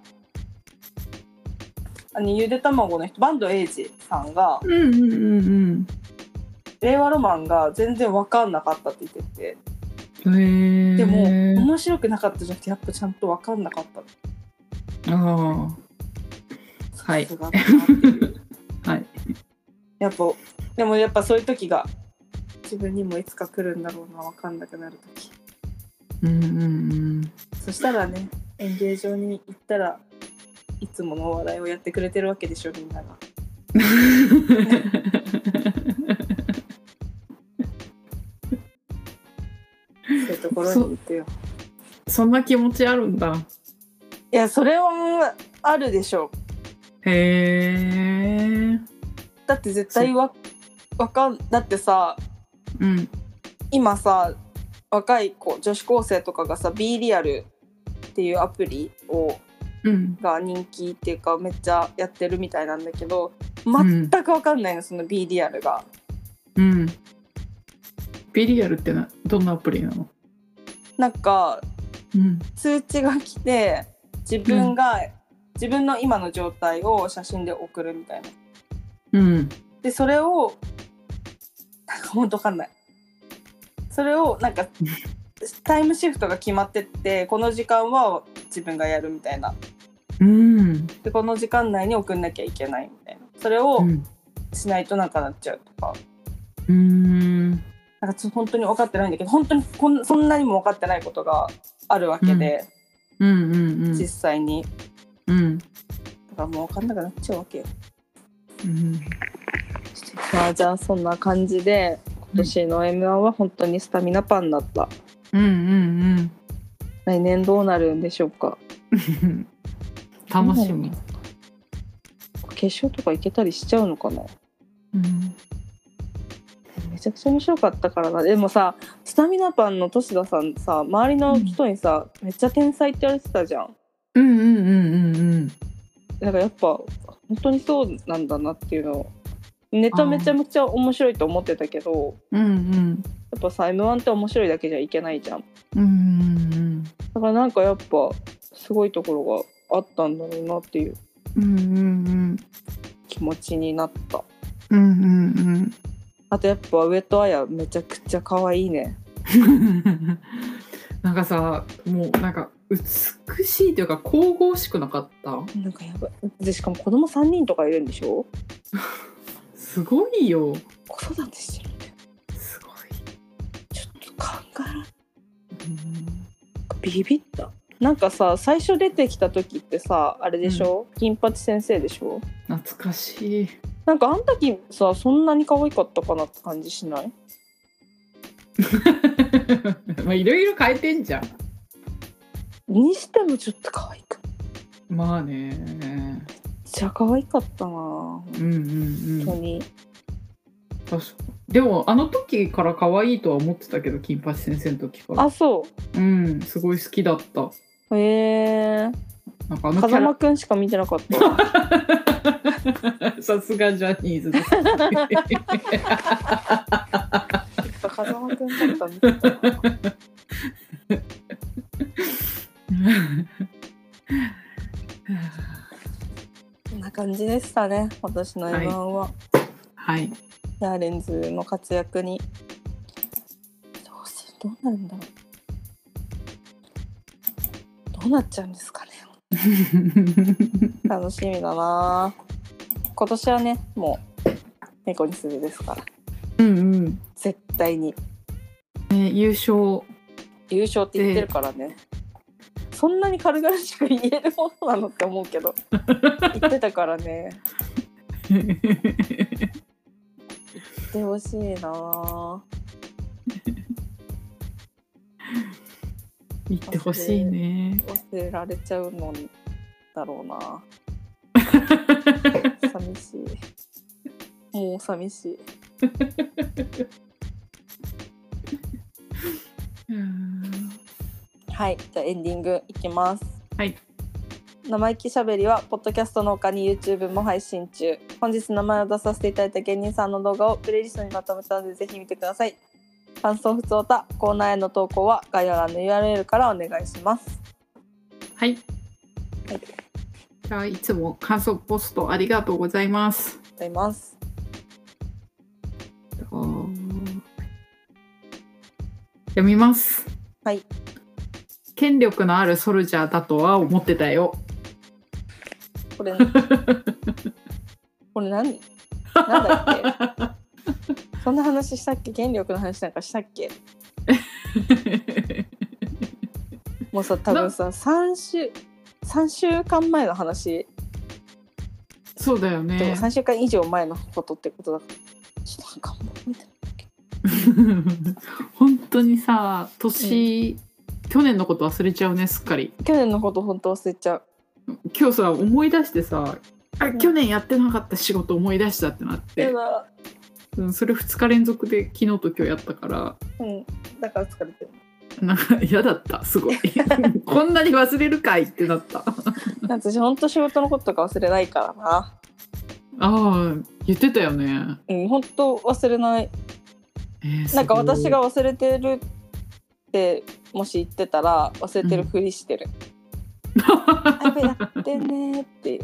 ゆで卵の人、坂東栄二さんが、令和ロマンが全然分かんなかったって言ってて、でも面白くなかったじゃなくてやっぱちゃんと分かんなかった。はい。はい。でもやっぱそういう時が自分にもいつか来るんだろうな、分かんなくなる時。そしたらね、演芸場に行ったらいつものお笑いをやってくれてるわけでしょ、みんなが。そういうところに行くよ。 そんな気持ちあるんだ。 いや、それはあるでしょ。 へえ。 だって絶対だってさ、今さ若い子、女子高生とかがさ B リアルっていうアプリが人気っていうかめっちゃやってるみたいなんだけど、全く分かんないの、その B リアルが。 B リアルってどんなアプリなの？ なんか、通知が来て自分の今の状態を写真で送るみたいな。でそれをなんかほんと分かんない。それをなんかタイムシフトが決まってってこの時間は自分がやるみたいな、でこの時間内に送んなきゃいけないみたいな、それをしないとなんかなっちゃうとか、なんか本当に分かってないんだけど、本当にそんなにも分かってないことがあるわけで、実際に、だからもう分かんなくなっちゃうわけよ。まあじゃあそんな感じで今年の M1 は本当にスタミナパンだった。来年どうなるんでしょうか。 楽しみ。 決勝とか行けたりしちゃうのかな。めちゃくちゃ面白かったからな。でもさ、スタミナパンの俊田さんさ、周りの人にさ、めっちゃ天才って言われてたじゃん。なんかやっぱ本当にそうなんだなっていうのを、ネタめちゃめちゃ面白いと思ってたけど、やっぱさ M1 って面白いだけじゃいけないじゃん。だからなんかやっぱすごいところがあったんだろうなっていう気持ちになった。あとやっぱ上戸彩めちゃくちゃ可愛いね。 なんかさ、もうなんか美しいというか神々しくなかった？ なんかやばい。でしかも子供3人とかいるんでしょ。 すごいよ。 子育てしてるんだよ。 すごい。 からん。ビビった。なんかさ、最初出てきた時ってさ、あれでしょ、金八先生でしょ。 懐かしい。 なんかあの時さ、そんなに可愛かったかなって感じしない？ まあいろいろ変えてんじゃん。 にしてもちょっと可愛く。 まあね。 めっちゃ可愛かったな。本当に。 確かに。でもあの時から可愛いとは思ってたけど、金八先生の時から。 あ、そう。 すごい好きだった。 へえ。なんか風間くんしか見てなかった。 さすがジャニーズです。 風間くんだったんですか。こんな感じでしたね、私の M1 は。 はい。 ヤーレンズの活躍にどうなるんだろう。どうなっちゃうんですかね。楽しみだな。今年はね、もう猫にするですから。絶対に。 優勝って言ってるからね。そんなに軽々しく言えるものなのって思うけど言ってたからね。言ってほしいな。 言ってほしいね。 忘れられちゃうのだろうな。寂しい。もう寂しい。はい、じゃあエンディングいきます。 はい。 生意気しゃべりはポッドキャストの他に YouTube も配信中。本日名前を出させていただいた芸人さんの動画をプレイリストにまとめたのでぜひ見てください。感想、ふつおた、コーナーへの投稿は概要欄の URL からお願いします。 はい。じゃあいつも感想ポストありがとうございます。 読みます。 はい。 権力のあるソルジャーだとは思ってたよ。 これ何だっけ。そんな話したっけ。権力の話なんかしたっけ。もうさ、多分さ3週間前の話。 そうだよね。 3週間以上前のことってことだから、ちょっとなんかもう見て本当にさ、去年のこと忘れちゃうね、すっかり。 去年のこと本当忘れちゃう。 今日さ、思い出してさ、去年やってなかった仕事思い出したってなって、それ2日連続で昨日と今日やったから、 だから疲れてる。 なんか嫌だった、すごい。こんなに忘れるかいってなった。 私本当仕事のこととか忘れないからな。 ああ、言ってたよね。 本当忘れない。なんか私が忘れてるってもし言ってたら忘れてるふりしてる。やってねっていう。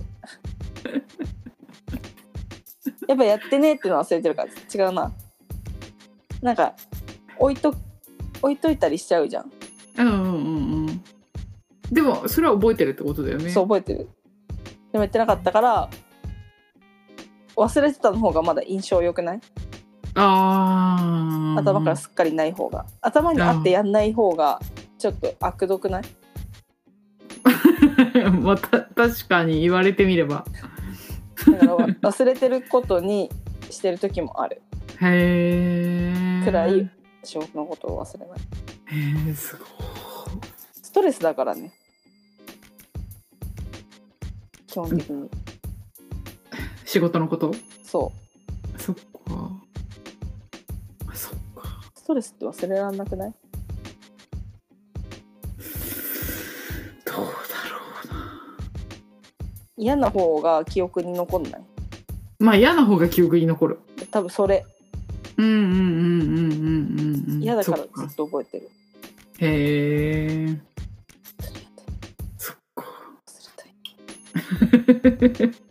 やっぱやってねっていうの忘れてるから違うな。なんか置いといたりしちゃうじゃん。 でもそれは覚えてるってことだよね。 そう、覚えてる。でもやってなかったから忘れてたの方がまだ印象良くない？頭からすっかりない方が、頭にあってやんない方がちょっと悪毒ない？ また確かに言われてみれば。 だから忘れてることにしてる時もある。くらい仕事のことを忘れない。 すごい。 ストレスだからね、基本的に。 仕事のこと？ そう。 そっか。 ストレスって忘れられなくない？ どうだろうな。 嫌な方が記憶に残んない？ まあ嫌な方が記憶に残る。 多分それ。嫌だからずっと覚えてる。 へえ。そっか。 忘れたい。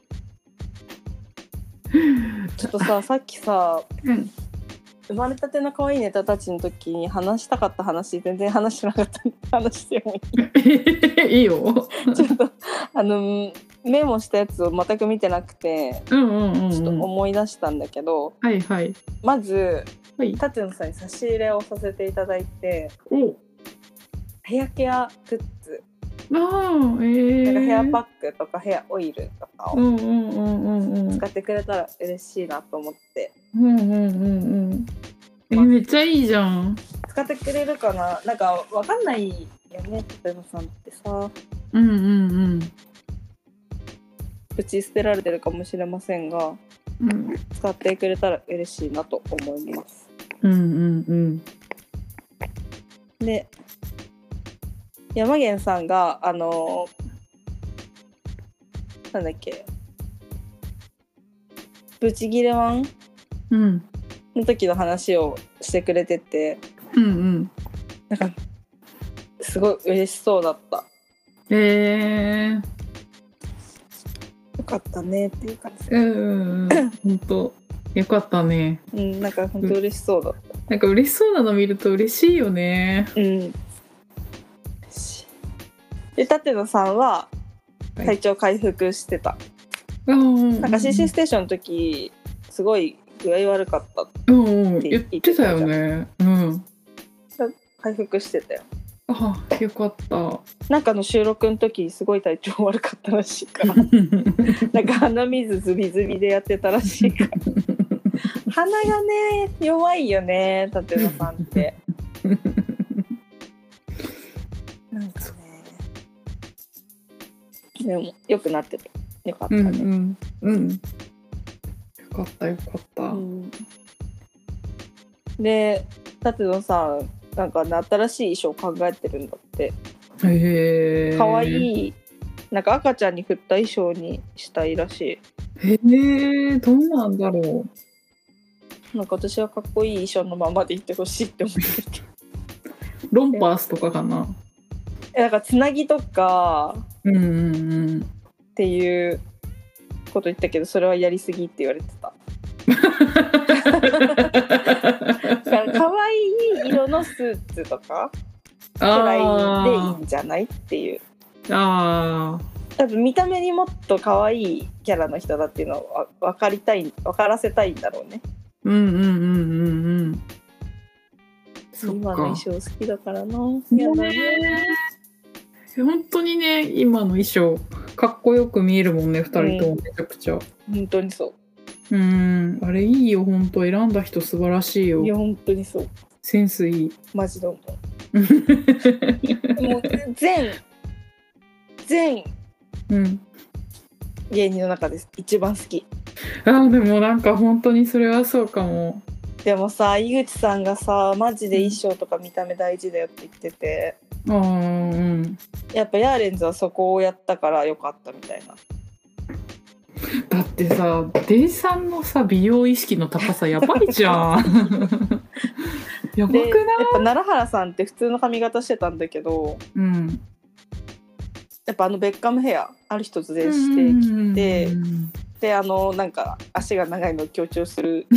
ちょっとさっきさ、生まれたての可愛いネタたちの時に話したかった話全然話してなかったんで話してもいい？ いいよ。 ちょっとメモしたやつを全く見てなくて、ちょっと思い出したんだけど、 はいはい。 まずはい、 舘野さんに差し入れをさせていただいて、ヘアケアグッズ、なんかヘアパックとかヘアオイルとかを使ってくれたら嬉しいなと思って。 めっちゃいいじゃん。 使ってくれるかな。なんかわかんないよね、舘野さんってさ。うち捨てられてるかもしれませんが、使ってくれたら嬉しいなと思います。で、山源さんがなんだっけ、ブチギレワンの時の話をしてくれてて、なんかすごい嬉しそうだった。よかったねっていう感じ。 本当よかったね。 なんか本当嬉しそうだった。 なんか嬉しそうなの見ると嬉しいよね。 で、舘野さんは体調回復してた。なんか CC ステーションの時すごい具合悪かったって言ってたよね。 回復してたよ。 よかった。 なんかの収録の時すごい体調悪かったらしいからなんか鼻水ズビズビでやってたらしいから鼻がね弱いよね、舘野さんってなんかね、でも良くなってた。よかったね。 よかったよかった。 で、舘野さんなんか、ね、新しい衣装考えてるんだって。かわいい、なんか赤ちゃんに振った衣装にしたいらしい。 どうなんだろう。なんか私はかっこいい衣装のままでいってほしいって思っててロンパースとかかな。 なんかつなぎとかっていうこと言ったけど、それはやりすぎって言われてただから可愛い色のスーツとかくらいでいいんじゃないっていう。多分見た目にもっと可愛いキャラの人だっていうのを分からせたいんだろうね。今の衣装好きだからな。やだね。 本当にね、今の衣装かっこよく見えるもんね、2人ともめちゃくちゃ。 本当にそう。 あれいいよ、本当選んだ人素晴らしいよ。 いや本当にそう。 センスいい。 マジで思う。もう全芸人の中です一番好き。 でもなんか本当にそれはそうかも。 でもさ、井口さんがさマジで衣装とか見た目大事だよって言ってて、やっぱヤーレンズはそこをやったからよかったみたいな。 だってさ、デイさんのさ美容意識の高さやばいじゃんやばくない？やっぱ奈良原さんって普通の髪型してたんだけど、やっぱベッカムヘアある日突然してきて、でなんか足が長いのを強調する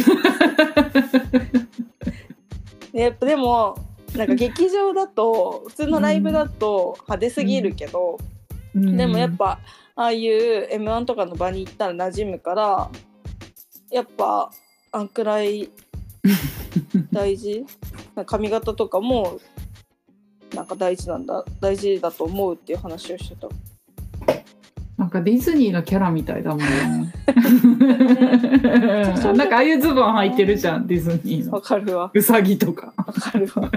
でもなんか劇場だと普通のライブだと派手すぎるけど、でもやっぱああいう M1 とかの場に行ったら馴染むから、やっぱあんくらい大事髪型とかもなんか大事だと思うっていう話をしてた。 なんかディズニーのキャラみたいだもんねなんかああいうズボン履いてるじゃん、ディズニーの。 わかるわ。 うさぎとか。 わかるわ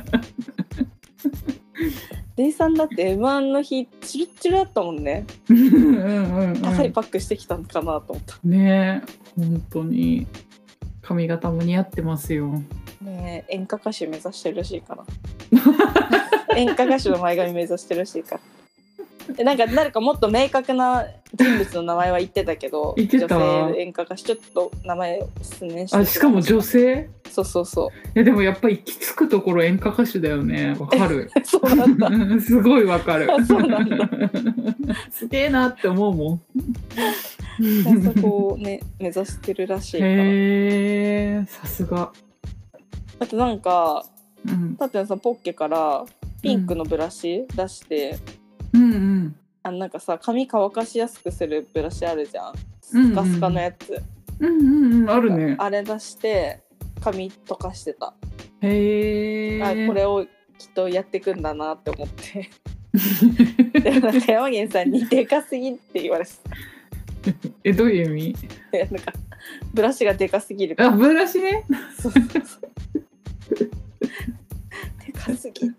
デイさんだって M1 の日チルッチルだったもんね高いパックしてきたのかなと思ったね。本当に髪型も似合ってますよね。演歌歌手目指してるらしいから演歌歌手の前髪目指してるらしいからなんか誰かもっと明確な人物の名前は言ってたけど、 言ってた。 女性演歌歌手ちょっと名前を失念して。 しかも女性？ そうでもやっぱり行き着くところ演歌歌手だよね。わかるそうなんだすごいわかるそうなんだすげえなって思うもんそこをね目指してるらしいから。 さすが。 あとなんか舘野さんポッケからピンクのブラシ出して、なんかさ髪乾かしやすくするブラシあるじゃん、スカスカのやつ、 あるね。 あれ出して髪とかしてた。 へえ。 これをきっとやってくんだなって思ってでもなんか山源さんにでかすぎって言われてどういう意味？ なんかブラシがでかすぎるから。 あ、ブラシね。 そうそうそうでかすぎる。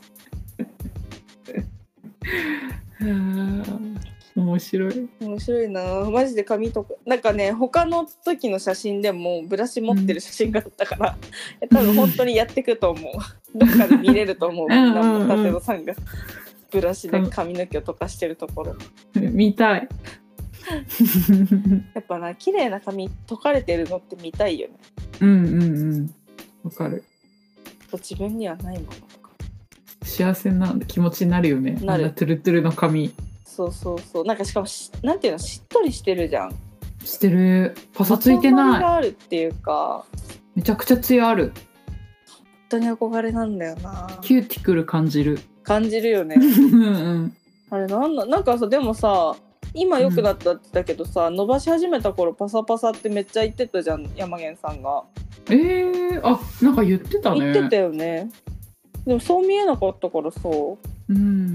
面白い。 面白いな。マジで髪とかなんかね、他の時の写真でもブラシ持ってる写真があったから、多分本当にやってくと思うどっかで見れると思う舘野さんがブラシで髪の毛を溶かしてるところ見たいやっぱな、綺麗な髪溶かれてるのって見たいよね。 うんうんうん、わかる。 自分にはないものとか幸せな気持ちになるよね。 なる。 あんなトゥルトゥルの髪。 そうそうそう。なんかしかもなんていうの、しっとりしてるじゃん。 してる。パサついてない。 まとまりがあるっていうか、 めちゃくちゃツヤある。 本当に憧れなんだよな。 キューティクル感じるよねうん、 あれなんかさ、でもさ、今良くなったって言ったけどさ、伸ばし始めた頃パサパサってめっちゃ言ってたじゃん、山源さんが。 あ、なんか言ってたね。 言ってたよね。でもそう見えなかったからさ。 うん。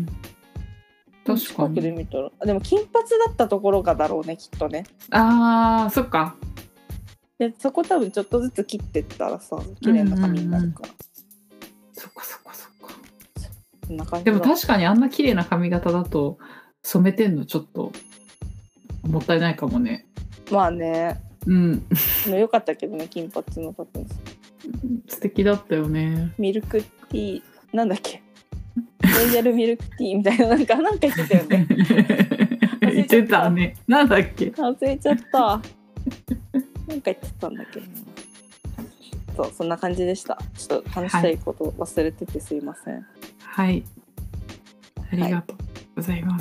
確かに。 近くで見たら。でも金髪だったところがだろうね、きっとね。 あー、そっか。 でそこ多分ちょっとずつ切ってったらさ、綺麗な髪になるから。 そっかそっかそっか。 そんな感じ。 でも確かにあんな綺麗な髪型だと染めてんのちょっともったいないかもね。 まあね。 うん。 よかったけどね、金髪の方です。 素敵だったよね。 ミルクティーなんだっけ、ロイヤルミルクティーみたいな、なんか言ってたよね言ってたね。なんだっけ、 忘れちゃったなんか言ってたんだけど、そう、そんな感じでした。ちょっと話したいこと忘れててすいません。 はい、ありがとうございます、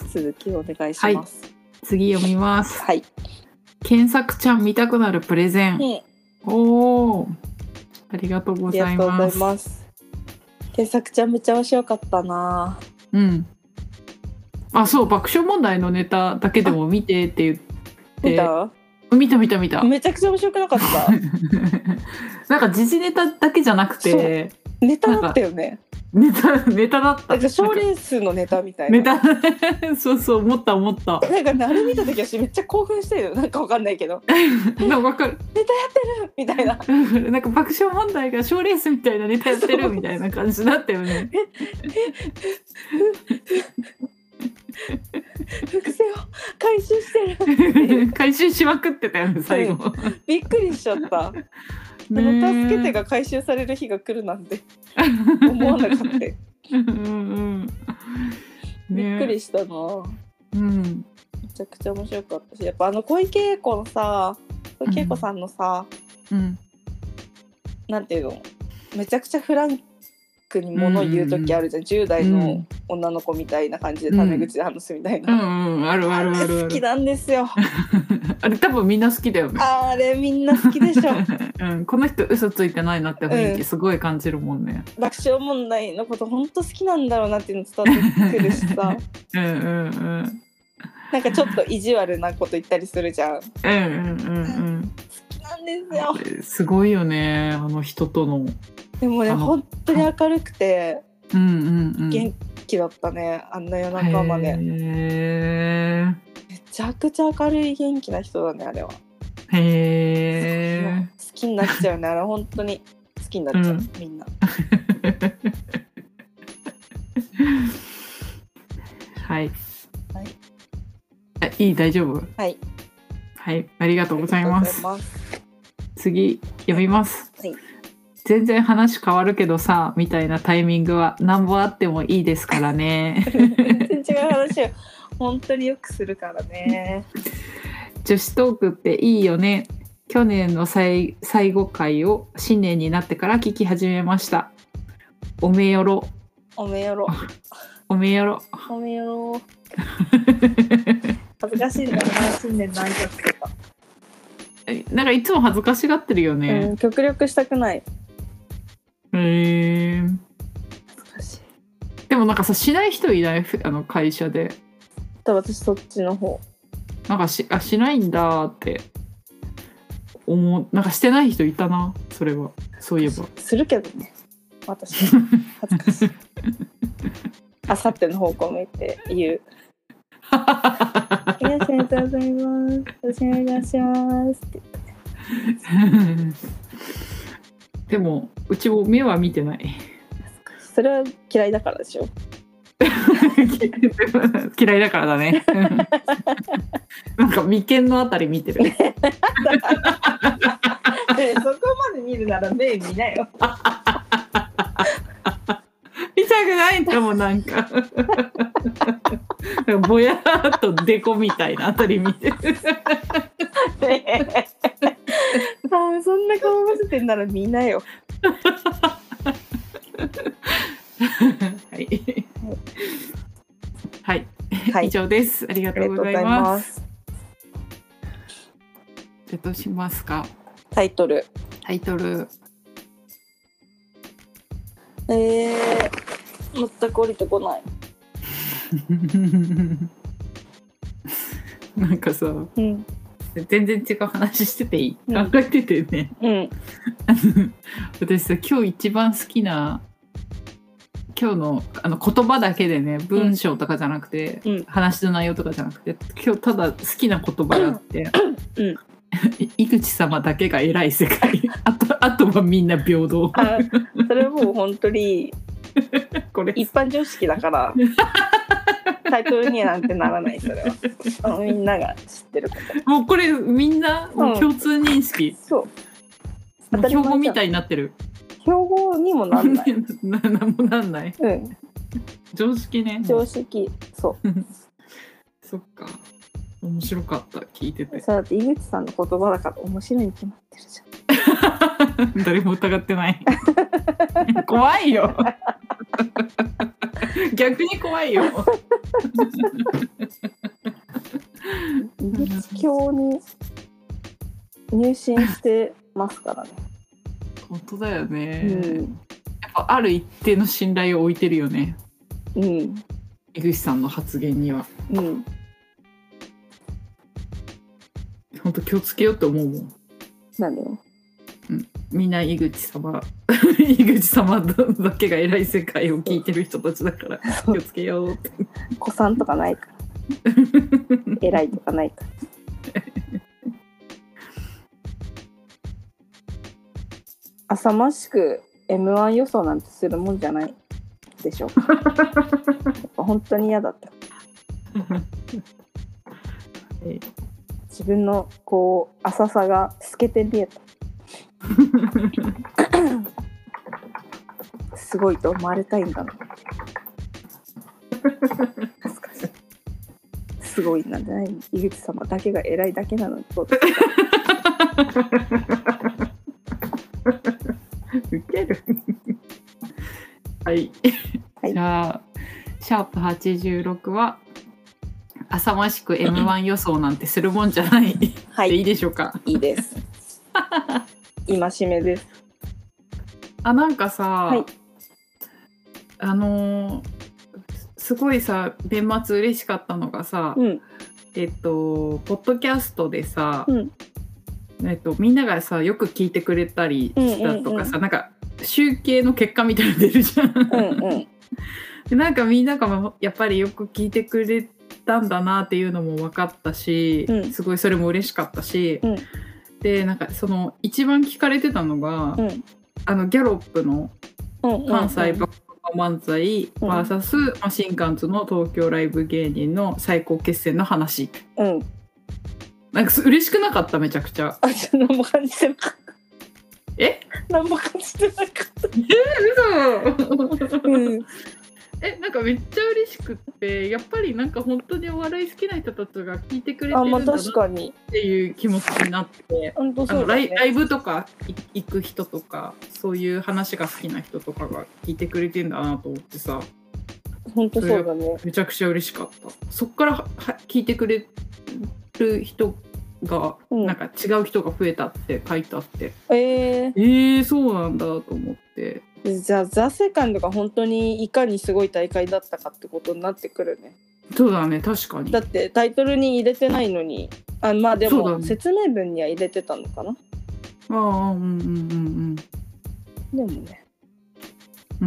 はい、続きお願いします。 次読みます。 はい。 検索ちゃん見たくなるプレゼン、おー、ありがとうございます。ありがとうございます。 検索ちゃんめっちゃ面白かったな。 うん。あ、そう、爆笑問題のネタだけでも見てって言って見た。 めちゃくちゃ面白くなかったなんか時事ネタだけじゃなくてネタだったよね。ネタだった。賞レースのネタみたいな。 そう思った。なんかね、あれ見た時私めっちゃ興奮してるよ。なんかわかんないけど。 なんかわかる。 ネタやってるみたいな。 なんか爆笑問題が賞レースみたいなネタやってるみたいな感じだったよね。 伏線を回収してる。 回収しまくってたよね、最後。 びっくりしちゃった。助けてが回収される日が来るなんて思わなかった。びっくりしたな。めちゃくちゃ面白かったし、やっぱ小池栄子のさ、小池栄子さんのさ、なんていうの、めちゃくちゃフランクに物言う時あるじゃん、10代の女の子みたいな感じでタメ口で話すみたいな。 ある。 好きなんですよ。 あれ多分みんな好きだよね。 あれみんな好きでしょ。 この人嘘ついてないなって雰囲気すごい感じるもんね。 爆笑問題のこと本当好きなんだろうなっていうの伝わってくるしさ。なんかちょっと意地悪なこと言ったりするじゃん。好きなんですよ。 すごいよね、あの人との。 でもね、本当に明るくて元気だったね、あんな夜中まで。めちゃくちゃ明るい元気な人だね、あれは。好きになっちゃうね、あれ本当に好きになっちゃう、みんな。 はい。大丈夫？はい、ありがとうございます。次読みます。全然話変わるけどさみたいなタイミングは何ぼあってもいいですからね。全然違う話を本当によくするからね。 女子トークっていいよね。去年の最後回を新年になってから聞き始めました。おめよろ。恥ずかしいんだな、新年の挨拶とか。 なんかいつも恥ずかしがってるよね。 極力したくない。 恥ずかしい。でもなんかさ、しない人いない？会社で。 私そっちの方。 なんかしないんだってなんかしてない人いたな、それは。そういえばするけどね、私は恥ずかしい。あさっての方向を向いて言う。ありがとうございます。よろしくお願いしますって言って。 でもうちも目は見てない。 それは嫌いだからでしょ。 嫌いだからだね。なんか眉間のあたり見てる。 そこまで見るなら目見なよ。 見たくないんだもん、なんかぼやっとデコみたいなあたり見てる。 そんな顔見せてんなら見なよ。 はい、はい、以上です。ありがとうございます。じゃあどうしますか。 タイトル。全く降りてこない。 なんかさ、全然違う話してていい？考えててね。私さ、今日一番好きな今日の言葉だけでね、文章とかじゃなくて、話の内容とかじゃなくて、今日ただ好きな言葉があって、井口様だけが偉い世界。あとはみんな平等。 それはもう本当にこれ一般常識だからタイトルにはなんてならない。それはみんなが知ってること。 もうこれみんなもう共通認識。そう標語みたいになってる。 標語にもなんない。 なんもなんない。常識ね。 常識。そうそっか、面白かった、聞いてて。 それだって井口さんの言葉だから面白いに決まってるじゃん。 誰も疑ってない。怖いよ。逆に怖いよ。 井口教に入信してますからね。 本当だよね、やっぱある一定の信頼を置いてるよね、井口さんの発言には。本当気をつけようと思うもん。 なんでよ。 みんな井口様だけが偉い世界を聞いてる人たちだから気をつけようって。 子さんとかないから偉いとかないから。浅ましく M1 予想なんてするもんじゃないでしょ。やっぱ本当に嫌だった。自分のこう浅さが透けて見えた。すごいと思われたいんだな。すごいなんじゃない？井口様だけが偉いだけなのに。 ウケる。はい。じゃあシャープ86は浅ましく M1 予想なんてするもんじゃない、はい、でいいでしょうか。 いいです。戒めです。 なんかさ、すごいさ、年末嬉しかったのがさ、ポッドキャストでさ、みんながさよく聞いてくれたりしたとかさ、なんか集計の結果みたいなの出るじゃん。でなんかみんながやっぱりよく聞いてくれたんだなっていうのも分かったし、すごいそれも嬉しかったし、でなんかその一番聞かれてたのが、ギャロップの関西バカ漫才 VS マシンガンズの東京ライブ芸人の最高決戦の話。なんか嬉しくなかった？めちゃくちゃ。 何も感じてなかった。何も感じてなかった。 嘘。なんかめっちゃ嬉しくって、やっぱりなんか本当にお笑い好きな人たちが聞いてくれてるんだなっていう気持ちになって、ライブとか行く人とかそういう話が好きな人とかが聞いてくれてるんだなと思ってさ、 本当そうだね。 めちゃくちゃ嬉しかった。そっから聞いてくれる人が、なんか違う人が増えたって書いてあって、そうなんだと思って。 じゃあザ・セカンドが本当にいかにすごい大会だったかってことになってくるね。 そうだね、確かに。 だってタイトルに入れてないのに、まあでも説明文には入れてたのかな。 ああ、うんうんうんでもね、 うん。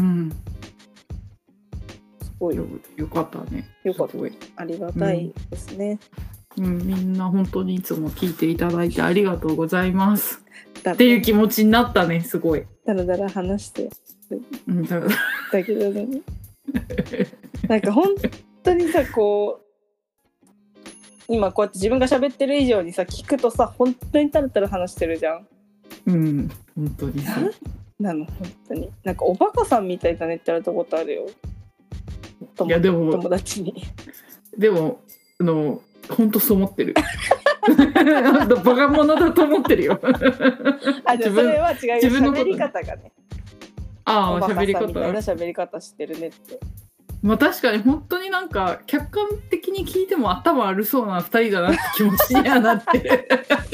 すごいよかったね。 よかった。ありがたいですね。 うん、みんな本当にいつも聞いていただいてありがとうございます。っていう気持ちになったね、すごい。 だらだら話して。 うん、だけどね。なんか本当にさ、こう今こうやって自分が喋ってる以上にさ、聞くとさ、本当にタラタラ話してるじゃん。 うん、本当にそう。 なの、本当に。なんかおバカさんみたいだねって言われたことあるよ。 いやでも友達に。 でも本当そう思ってる。バカ者だと思ってるよ。 あ、でもそれは違うよ。自分の喋り方がね。 ああ、 喋り方みたいな喋り方してるねって。 まあ確かに本当になんか客観的に聞いても頭悪そうな2人だなって気持ちにはなって。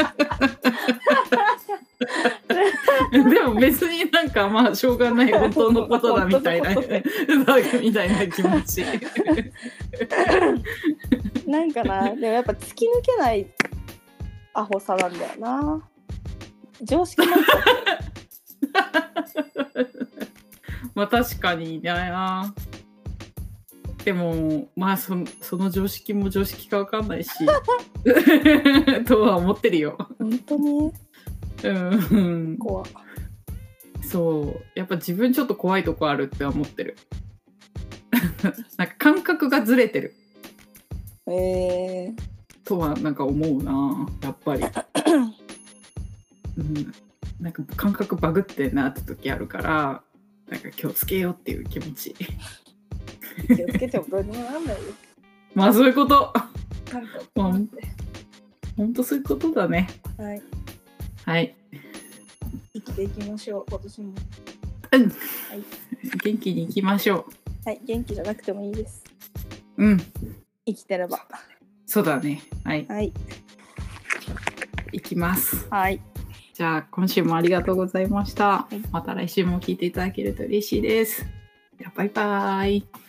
でも別になんかまあしょうがない本当のことだみたいなみたいな気持ち。 なんかな、でもやっぱ突き抜けないアホさなんだよな。常識なんだ。 まあ確かにな。でもまあその常識も常識か分かんないしとは思ってるよ。 本当に。うん。怖。 そうやっぱ自分ちょっと怖いとこあるって思ってる。なんか感覚がずれてる。とはなんか思うな、やっぱり。うん、なんか感覚バグってなって時あるから、なんか気をつけようっていう気持ち。 気をつけてもどうにもなんないよ。 まあそういうこと。 まあ、 本当そういうことだね。 はい。 はい。 生きていきましょう、今年も。 うん。はい。 元気にいきましょう。はい、元気じゃなくてもいいです。 うん。 生きてれば。 そうだね。はい。 はい。 いきます。 はい。 じゃあ今週もありがとうございました。はい、また来週も聞いていただけると嬉しいです。バイバイ。